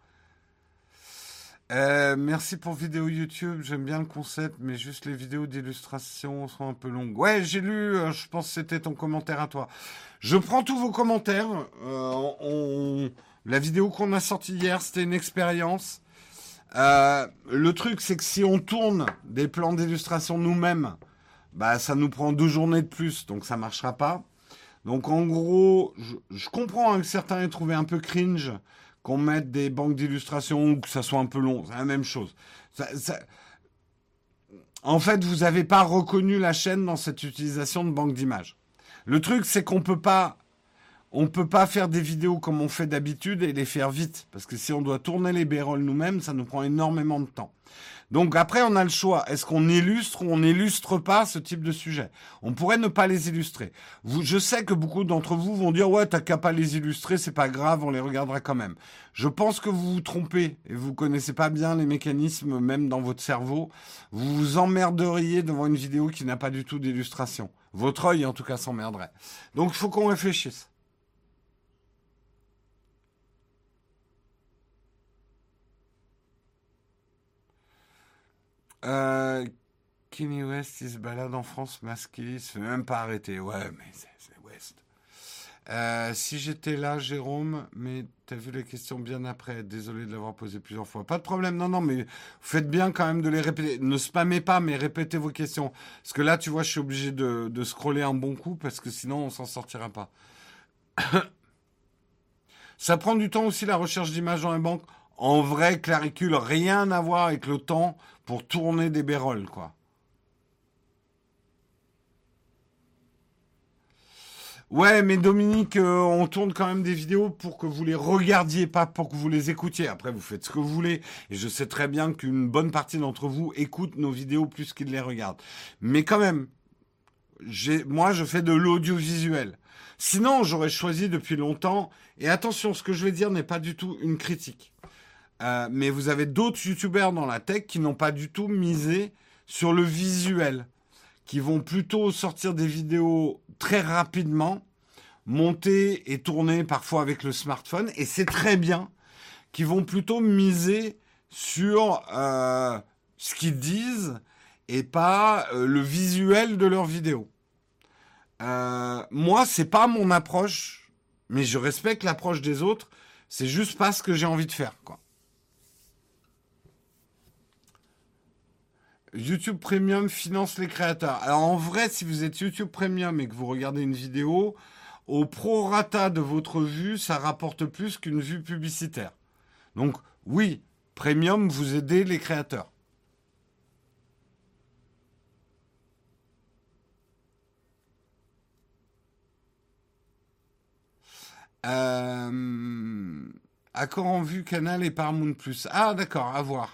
Euh, merci pour vidéo YouTube. J'aime bien le concept, mais juste les vidéos d'illustration sont un peu longues. Ouais, j'ai lu. euh, je pense que c'était ton commentaire à toi. Je prends tous vos commentaires. Euh, on- La vidéo qu'on a sortie hier, c'était une expérience. Euh, le truc, c'est que si on tourne des plans d'illustration nous-mêmes, bah, ça nous prend deux journées de plus, donc ça marchera pas. Donc en gros, je, je comprends hein, que certains aient trouvé un peu cringe qu'on mette des banques d'illustration ou que ça soit un peu long. C'est la même chose. Ça- ça- En fait, vous n'avez pas reconnu la chaîne dans cette utilisation de banque d'images. Le truc, c'est qu'on peut pas, on peut pas faire des vidéos comme on fait d'habitude et les faire vite. Parce que si on doit tourner les B-rolls nous-mêmes, ça nous prend énormément de temps. Donc après, on a le choix. Est-ce qu'on illustre ou on n'illustre pas ce type de sujet? On pourrait ne pas les illustrer. Vous, je sais que beaucoup d'entre vous vont dire ouais, t'as qu'à pas les illustrer, c'est pas grave, on les regardera quand même. Je pense que vous vous trompez et vous connaissez pas bien les mécanismes même dans votre cerveau. Vous vous emmerderiez devant une vidéo qui n'a pas du tout d'illustration. Votre œil en tout cas s'emmerderait. Donc il faut qu'on réfléchisse. Euh, Kanye West, il se balade en France masqué, il se fait même pas arrêter. Ouais, mais c'est c'est West. Euh, si j'étais là, Jérôme, mais t'as vu les questions bien après. Désolé de l'avoir posé plusieurs fois. Pas de problème, non, non, mais vous faites bien quand même de les répéter. Ne spammez pas, mais répétez vos questions. Parce que là, tu vois, je suis obligé de, de scroller un bon coup parce que sinon, on s'en sortira pas. Ça prend du temps aussi la recherche d'images dans les banques. En vrai, Claricule, rien à voir avec le temps pour tourner des bérolles, quoi. Ouais, mais Dominique, euh, on tourne quand même des vidéos pour que vous les regardiez, pas pour que vous les écoutiez. Après, vous faites ce que vous voulez. Et je sais très bien qu'une bonne partie d'entre vous écoutent nos vidéos plus qu'ils les regardent. Mais quand même, j'ai, moi, je fais de l'audiovisuel. Sinon, j'aurais choisi depuis longtemps. Et attention, ce que je vais dire n'est pas du tout une critique. Euh, mais vous avez d'autres youtubeurs dans la tech qui n'ont pas du tout misé sur le visuel, qui vont plutôt sortir des vidéos très rapidement, montées et tournées parfois avec le smartphone, et c'est très bien, qui vont plutôt miser sur euh, ce qu'ils disent et pas euh, le visuel de leurs vidéos. Euh, moi, c'est pas mon approche, mais je respecte l'approche des autres. C'est juste pas ce que j'ai envie de faire, quoi. YouTube Premium finance les créateurs. Alors en vrai, si vous êtes YouTube Premium et que vous regardez une vidéo, au prorata de votre vue, ça rapporte plus qu'une vue publicitaire. Donc oui, Premium, vous aidez les créateurs. Euh... Accord en vue, Canal et Paramount Plus. Ah d'accord, à voir.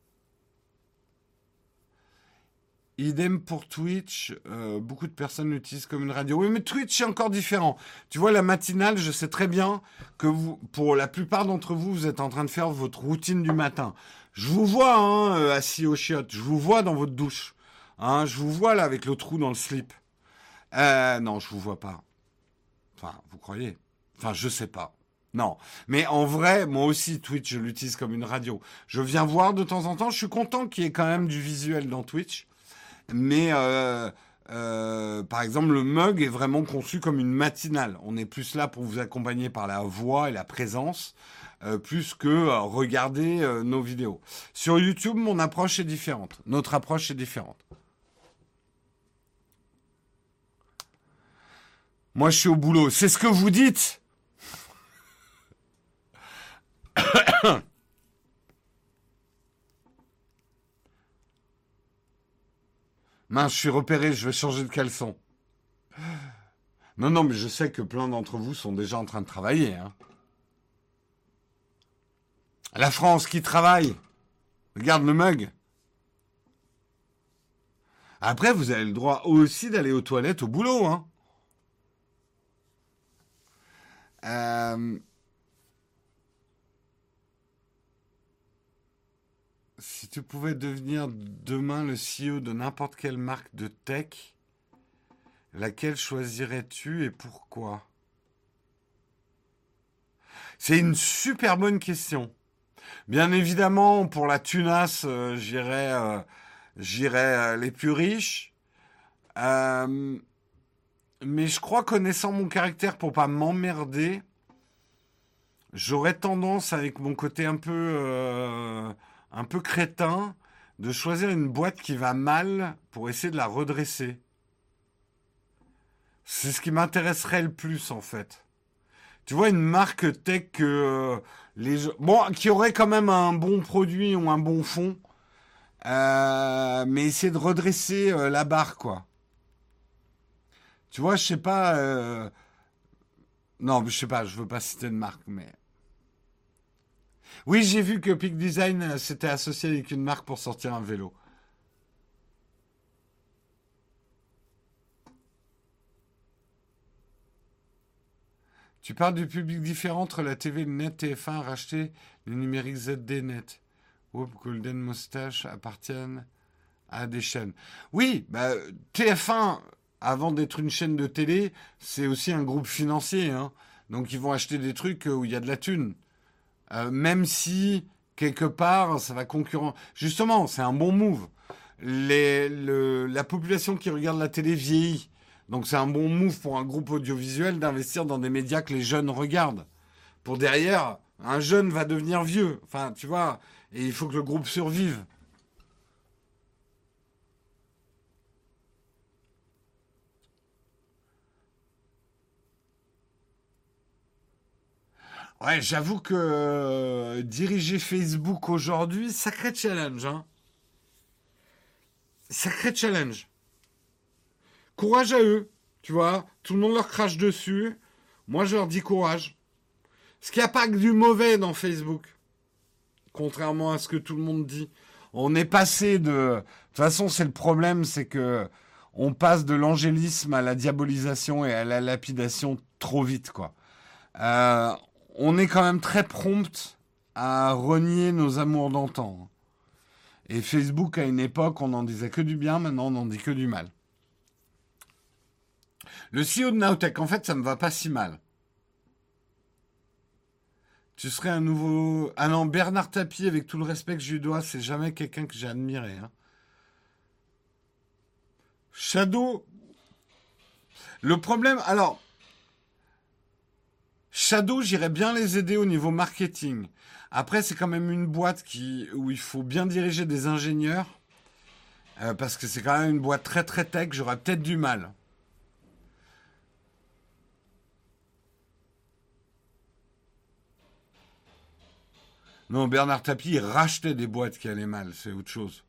Idem pour Twitch, euh, beaucoup de personnes l'utilisent comme une radio. Oui, mais Twitch c'est encore différent. Tu vois, la matinale, je sais très bien que vous, pour la plupart d'entre vous, vous êtes en train de faire votre routine du matin. Je vous vois, hein, euh, assis au chiottes. Je vous vois dans votre douche. Hein, je vous vois là avec le trou dans le slip. Euh, non, je vous vois pas. Enfin, vous croyez? Enfin, je sais pas. Non. Mais en vrai, moi aussi, Twitch, je l'utilise comme une radio. Je viens voir de temps en temps. Je suis content qu'il y ait quand même du visuel dans Twitch. Mais euh, euh, par exemple, le mug est vraiment conçu comme une matinale. On est plus là pour vous accompagner par la voix et la présence, euh, plus que euh, regarder euh, nos vidéos. Sur YouTube, mon approche est différente. Notre approche est différente. Moi, je suis au boulot. C'est ce que vous dites. Mince, je suis repéré, je vais changer de caleçon. Non, non, mais je sais que plein d'entre vous sont déjà en train de travailler. Hein. La France qui travaille. Regarde le mug. Après, vous avez le droit aussi d'aller aux toilettes au boulot. Hein. Euh... Si tu pouvais devenir demain le C E O de n'importe quelle marque de tech, laquelle choisirais-tu et pourquoi? C'est une super bonne question. Bien évidemment, pour la tunasse, euh, j'irais, euh, j'irais euh, les plus riches. Euh, mais je crois, connaissant mon caractère, pour pas m'emmerder, j'aurais tendance, avec mon côté un peu, euh, un peu crétin, de choisir une boîte qui va mal pour essayer de la redresser. C'est ce qui m'intéresserait le plus, en fait. Tu vois, une marque tech que euh, les gens- bon, qui aurait quand même un bon produit ou un bon fond, euh, mais essayer de redresser euh, la barre, quoi. Tu vois, je sais pas. euh, Non, je sais pas. Je veux pas citer de marque, mais oui, j'ai vu que Peak Design euh, s'était associé avec une marque pour sortir un vélo. Tu parles du public différent entre la T V, le net, T F un a racheté le numérique Z D Net. Whoop, Golden Moustache appartiennent à des chaînes. Oui, bah, T F un, avant d'être une chaîne de télé, c'est aussi un groupe financier. Hein. Donc ils vont acheter des trucs où il y a de la thune. Euh, même si, quelque part, ça va concurrent. Justement, c'est un bon move. Les, le, la population qui regarde la télé vieillit. Donc c'est un bon move pour un groupe audiovisuel d'investir dans des médias que les jeunes regardent. Pour derrière, un jeune va devenir vieux. Enfin, tu vois, et il faut que le groupe survive. Ouais, j'avoue que euh, diriger Facebook aujourd'hui, sacré challenge, hein. Sacré challenge. Courage à eux, tu vois. Tout le monde leur crache dessus. Moi, je leur dis courage. Parce qu'il n'y a pas que du mauvais dans Facebook. Contrairement à ce que tout le monde dit. On est passé de... De toute façon, c'est le problème, c'est que on passe de l'angélisme à la diabolisation et à la lapidation trop vite, quoi. Euh, on est quand même très prompt à renier nos amours d'antan. Et Facebook, à une époque, on n'en disait que du bien, maintenant on n'en dit que du mal. Le C E O de Nowtech, en fait, ça me va pas si mal. Tu serais un nouveau... Ah non, Bernard Tapie, avec tout le respect que je lui dois, c'est jamais quelqu'un que j'ai admiré. Hein. Shadow... Le problème... Alors... Shadow, j'irais bien les aider au niveau marketing. Après, c'est quand même une boîte qui, où il faut bien diriger des ingénieurs. Euh, parce que c'est quand même une boîte très très tech. J'aurais peut-être du mal. Non, Bernard Tapie, il rachetait des boîtes qui allaient mal. C'est autre chose.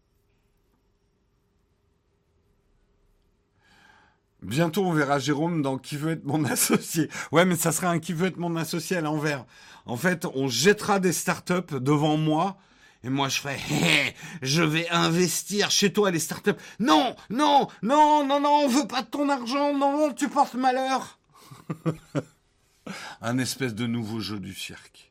Bientôt, on verra Jérôme dans Qui veut être mon associé. Ouais, mais ça sera un Qui veut être mon associé à l'envers. En fait, on jettera des startups devant moi. Et moi, je ferai, hé, hé, je vais investir chez toi les startups. Non, non, non, non, non, on veut pas de ton argent. Non, tu portes malheur. Un espèce de nouveau jeu du cirque.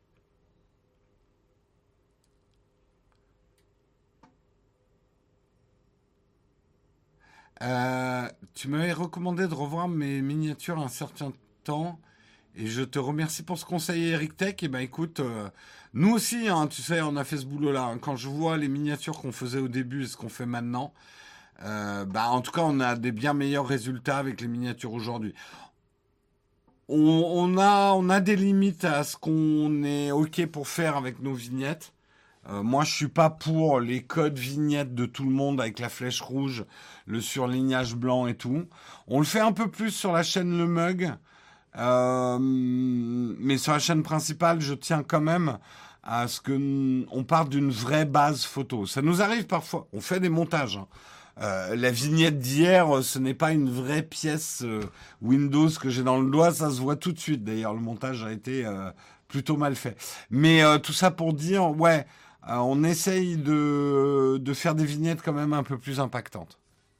Euh, tu m'avais recommandé de revoir mes miniatures un certain temps et je te remercie pour ce conseil, Eric Tech. Et ben écoute, euh, nous aussi, hein, tu sais, on a fait ce boulot-là. Hein. Quand je vois les miniatures qu'on faisait au début et ce qu'on fait maintenant, euh, bah en tout cas, on a des bien meilleurs résultats avec les miniatures aujourd'hui. On, on a, on a des limites à ce qu'on est ok pour faire avec nos vignettes. Euh, moi, je suis pas pour les codes vignettes de tout le monde avec la flèche rouge, le surlignage blanc et tout. On le fait un peu plus sur la chaîne Le Mug, euh, mais sur la chaîne principale, je tiens quand même à ce que on parte d'une vraie base photo. Ça nous arrive parfois, on fait des montages. Hein. Euh, la vignette d'hier, ce n'est pas une vraie pièce euh, Windows que j'ai dans le doigt, ça se voit tout de suite. D'ailleurs, le montage a été euh, plutôt mal fait. Mais euh, tout ça pour dire, ouais. Euh, on essaye de, de faire des vignettes quand même un peu plus impactantes.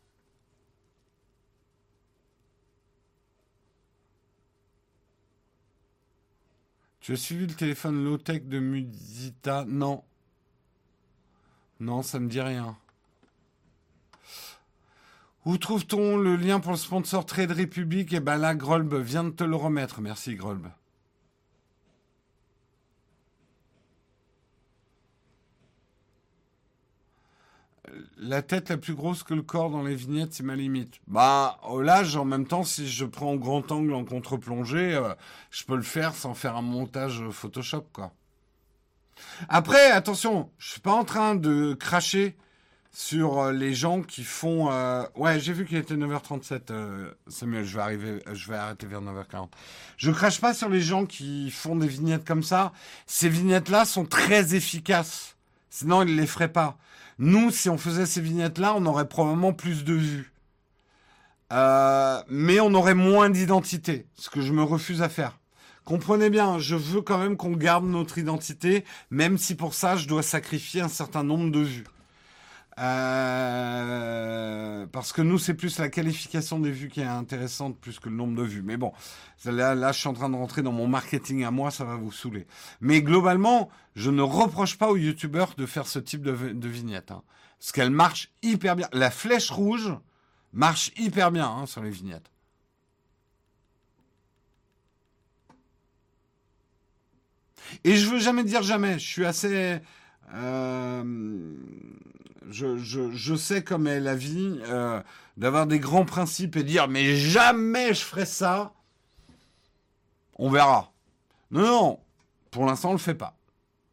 Tu as suivi le téléphone low-tech de Mudita? Non. Non, ça me dit rien. Où trouve-t-on le lien pour le sponsor Trade Republic? Eh ben là, Grolb vient de te le remettre. Merci, Grolb. La tête la plus grosse que le corps dans les vignettes, c'est ma limite. Bah, au l'âge, en même temps, si je prends grand angle en contre-plongée, euh, je peux le faire sans faire un montage Photoshop, quoi. Après, attention, je suis pas en train de cracher sur euh, les gens qui font... euh, Ouais, j'ai vu qu'il était neuf heures trente-sept, euh, Samuel, je vais arriver, je vais arrêter vers neuf heures quarante. Je crache pas sur les gens qui font des vignettes comme ça. Ces vignettes-là sont très efficaces. Sinon, ils les feraient pas. Nous, si on faisait ces vignettes-là, on aurait probablement plus de vues. Euh, mais on aurait moins d'identité, ce que je me refuse à faire. Comprenez bien, je veux quand même qu'on garde notre identité, même si pour ça, je dois sacrifier un certain nombre de vues. Euh, parce que nous, c'est plus la qualification des vues qui est intéressante plus que le nombre de vues. Mais bon, là, là, je suis en train de rentrer dans mon marketing à moi, ça va vous saouler. Mais globalement, je ne reproche pas aux youtubeurs de faire ce type de, de vignette. Hein, parce qu'elle marche hyper bien. La flèche rouge marche hyper bien hein, sur les vignettes. Et je veux jamais dire jamais. Je suis assez... Euh, je, je, je sais comme est la vie, euh, d'avoir des grands principes et dire mais jamais je ferai ça. On verra. Non, non, pour l'instant on le fait pas.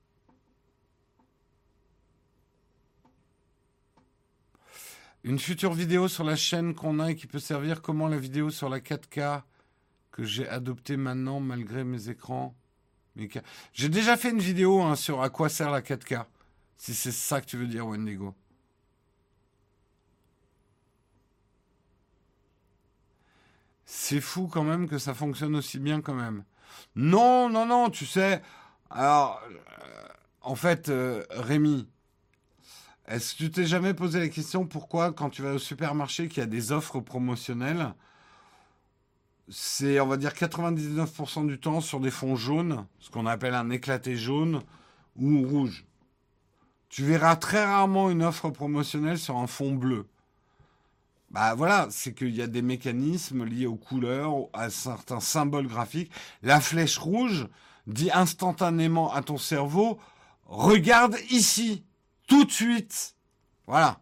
Une future vidéo sur la chaîne qu'on a et qui peut servir comment la vidéo sur la quatre K que j'ai adoptée maintenant malgré mes écrans. Mika. J'ai déjà fait une vidéo hein, sur à quoi sert la quatre K. Si c'est ça que tu veux dire, Wendigo. C'est fou quand même que ça fonctionne aussi bien quand même. Non, non, non, tu sais. Alors, euh, en fait, euh, Rémi, est-ce que tu t'es jamais posé la question pourquoi quand tu vas au supermarché qu'il y a des offres promotionnelles, c'est, on va dire, quatre-vingt-dix-neuf pour cent du temps sur des fonds jaunes, ce qu'on appelle un éclaté jaune ou rouge. Tu verras très rarement une offre promotionnelle sur un fond bleu. Bah voilà, c'est qu'il y a des mécanismes liés aux couleurs, à certains symboles graphiques. La flèche rouge dit instantanément à ton cerveau, regarde ici, tout de suite. Voilà.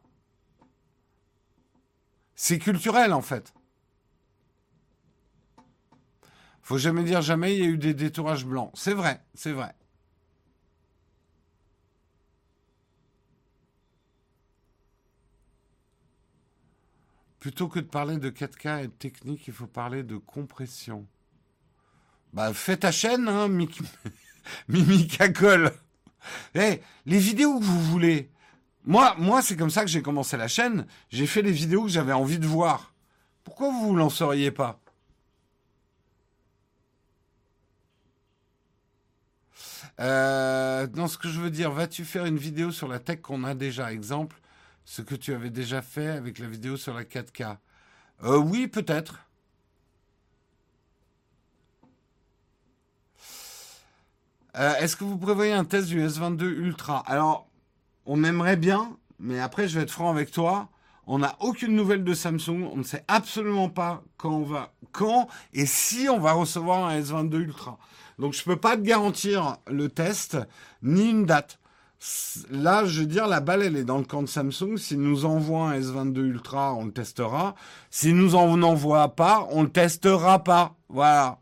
C'est culturel en fait. Faut jamais dire jamais, il y a eu des détourages blancs. C'est vrai, c'est vrai. Plutôt que de parler de quatre K et de technique, il faut parler de compression. Bah, fais ta chaîne, hein, Mick... Mimi Cacole. Hey, les vidéos que vous voulez. Moi, moi c'est comme ça que j'ai commencé la chaîne. J'ai fait les vidéos que j'avais envie de voir. Pourquoi vous vous lanceriez pas? euh, Non, ce que je veux dire, vas-tu faire une vidéo sur la tech qu'on a déjà? Exemple, ce que tu avais déjà fait avec la vidéo sur la quatre K. Euh, oui, peut-être. Euh, est-ce que vous prévoyez un test du S vingt-deux Ultra? Alors, on aimerait bien, mais après, je vais être franc avec toi. On n'a aucune nouvelle de Samsung. On ne sait absolument pas quand on va, quand et si on va recevoir un S vingt-deux Ultra. Donc, je peux pas te garantir le test ni une date. Là, je veux dire, la balle, elle est dans le camp de Samsung. S'ils nous envoient un S vingt-deux Ultra, on le testera. S'ils nous en envoient pas, on le testera pas. Voilà.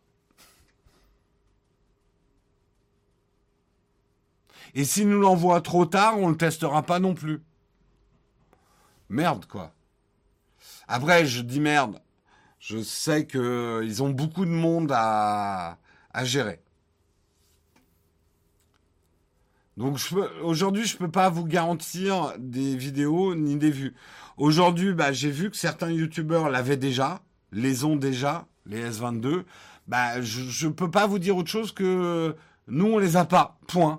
Et s'ils nous l'envoient trop tard, on le testera pas non plus. Merde, quoi. Après, je dis merde. Je sais qu'ils ont beaucoup de monde à, à gérer. Donc je peux, aujourd'hui, je peux pas vous garantir des vidéos ni des vues. Aujourd'hui, bah, j'ai vu que certains youtubeurs l'avaient déjà, les ont déjà, les S vingt-deux. Bah, je, je peux pas vous dire autre chose que nous, on les a pas. Point.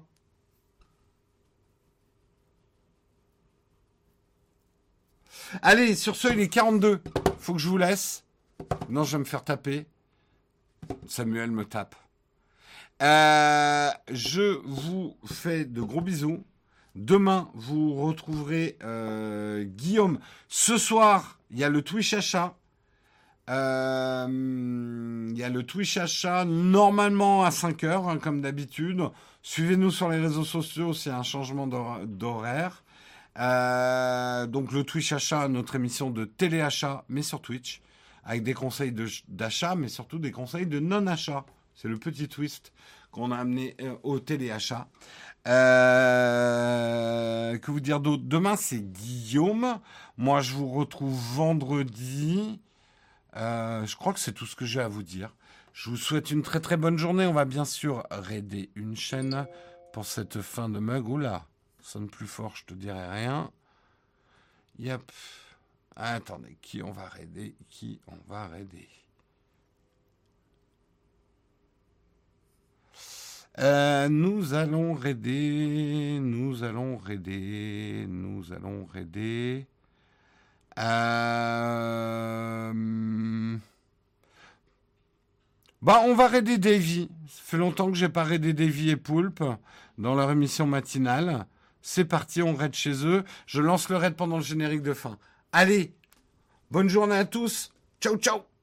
Allez, sur ce, il est quarante-deux. Faut que je vous laisse. Non, je vais me faire taper. Samuel me tape. Euh, je vous fais de gros bisous. Demain, vous retrouverez euh, Guillaume. Ce soir, il y a le Twitch achat. Euh, il y a le Twitch achat normalement à cinq heures, hein, comme d'habitude. Suivez-nous sur les réseaux sociaux, c'est un changement d'horaire. Euh, donc le Twitch achat, notre émission de téléachat, mais sur Twitch, avec des conseils de, d'achat, mais surtout des conseils de non-achat. C'est le petit twist qu'on a amené euh, au téléachat. Euh, que vous dire d'autre? Demain, c'est Guillaume. Moi, je vous retrouve vendredi. Euh, je crois que c'est tout ce que j'ai à vous dire. Je vous souhaite une très très bonne journée. On va bien sûr raider une chaîne pour cette fin de mug. Oula, sonne plus fort, je te dirai rien. Yep. Attendez, qui on va raider? Qui on va raider? Euh, nous allons raider, nous allons raider, nous allons raider. Euh... Bah, on va raider Davy. Ça fait longtemps que j'ai pas raidé Davy et Poulpe dans leur émission matinale. C'est parti, on raid chez eux. Je lance le raid pendant le générique de fin. Allez, bonne journée à tous. Ciao, ciao.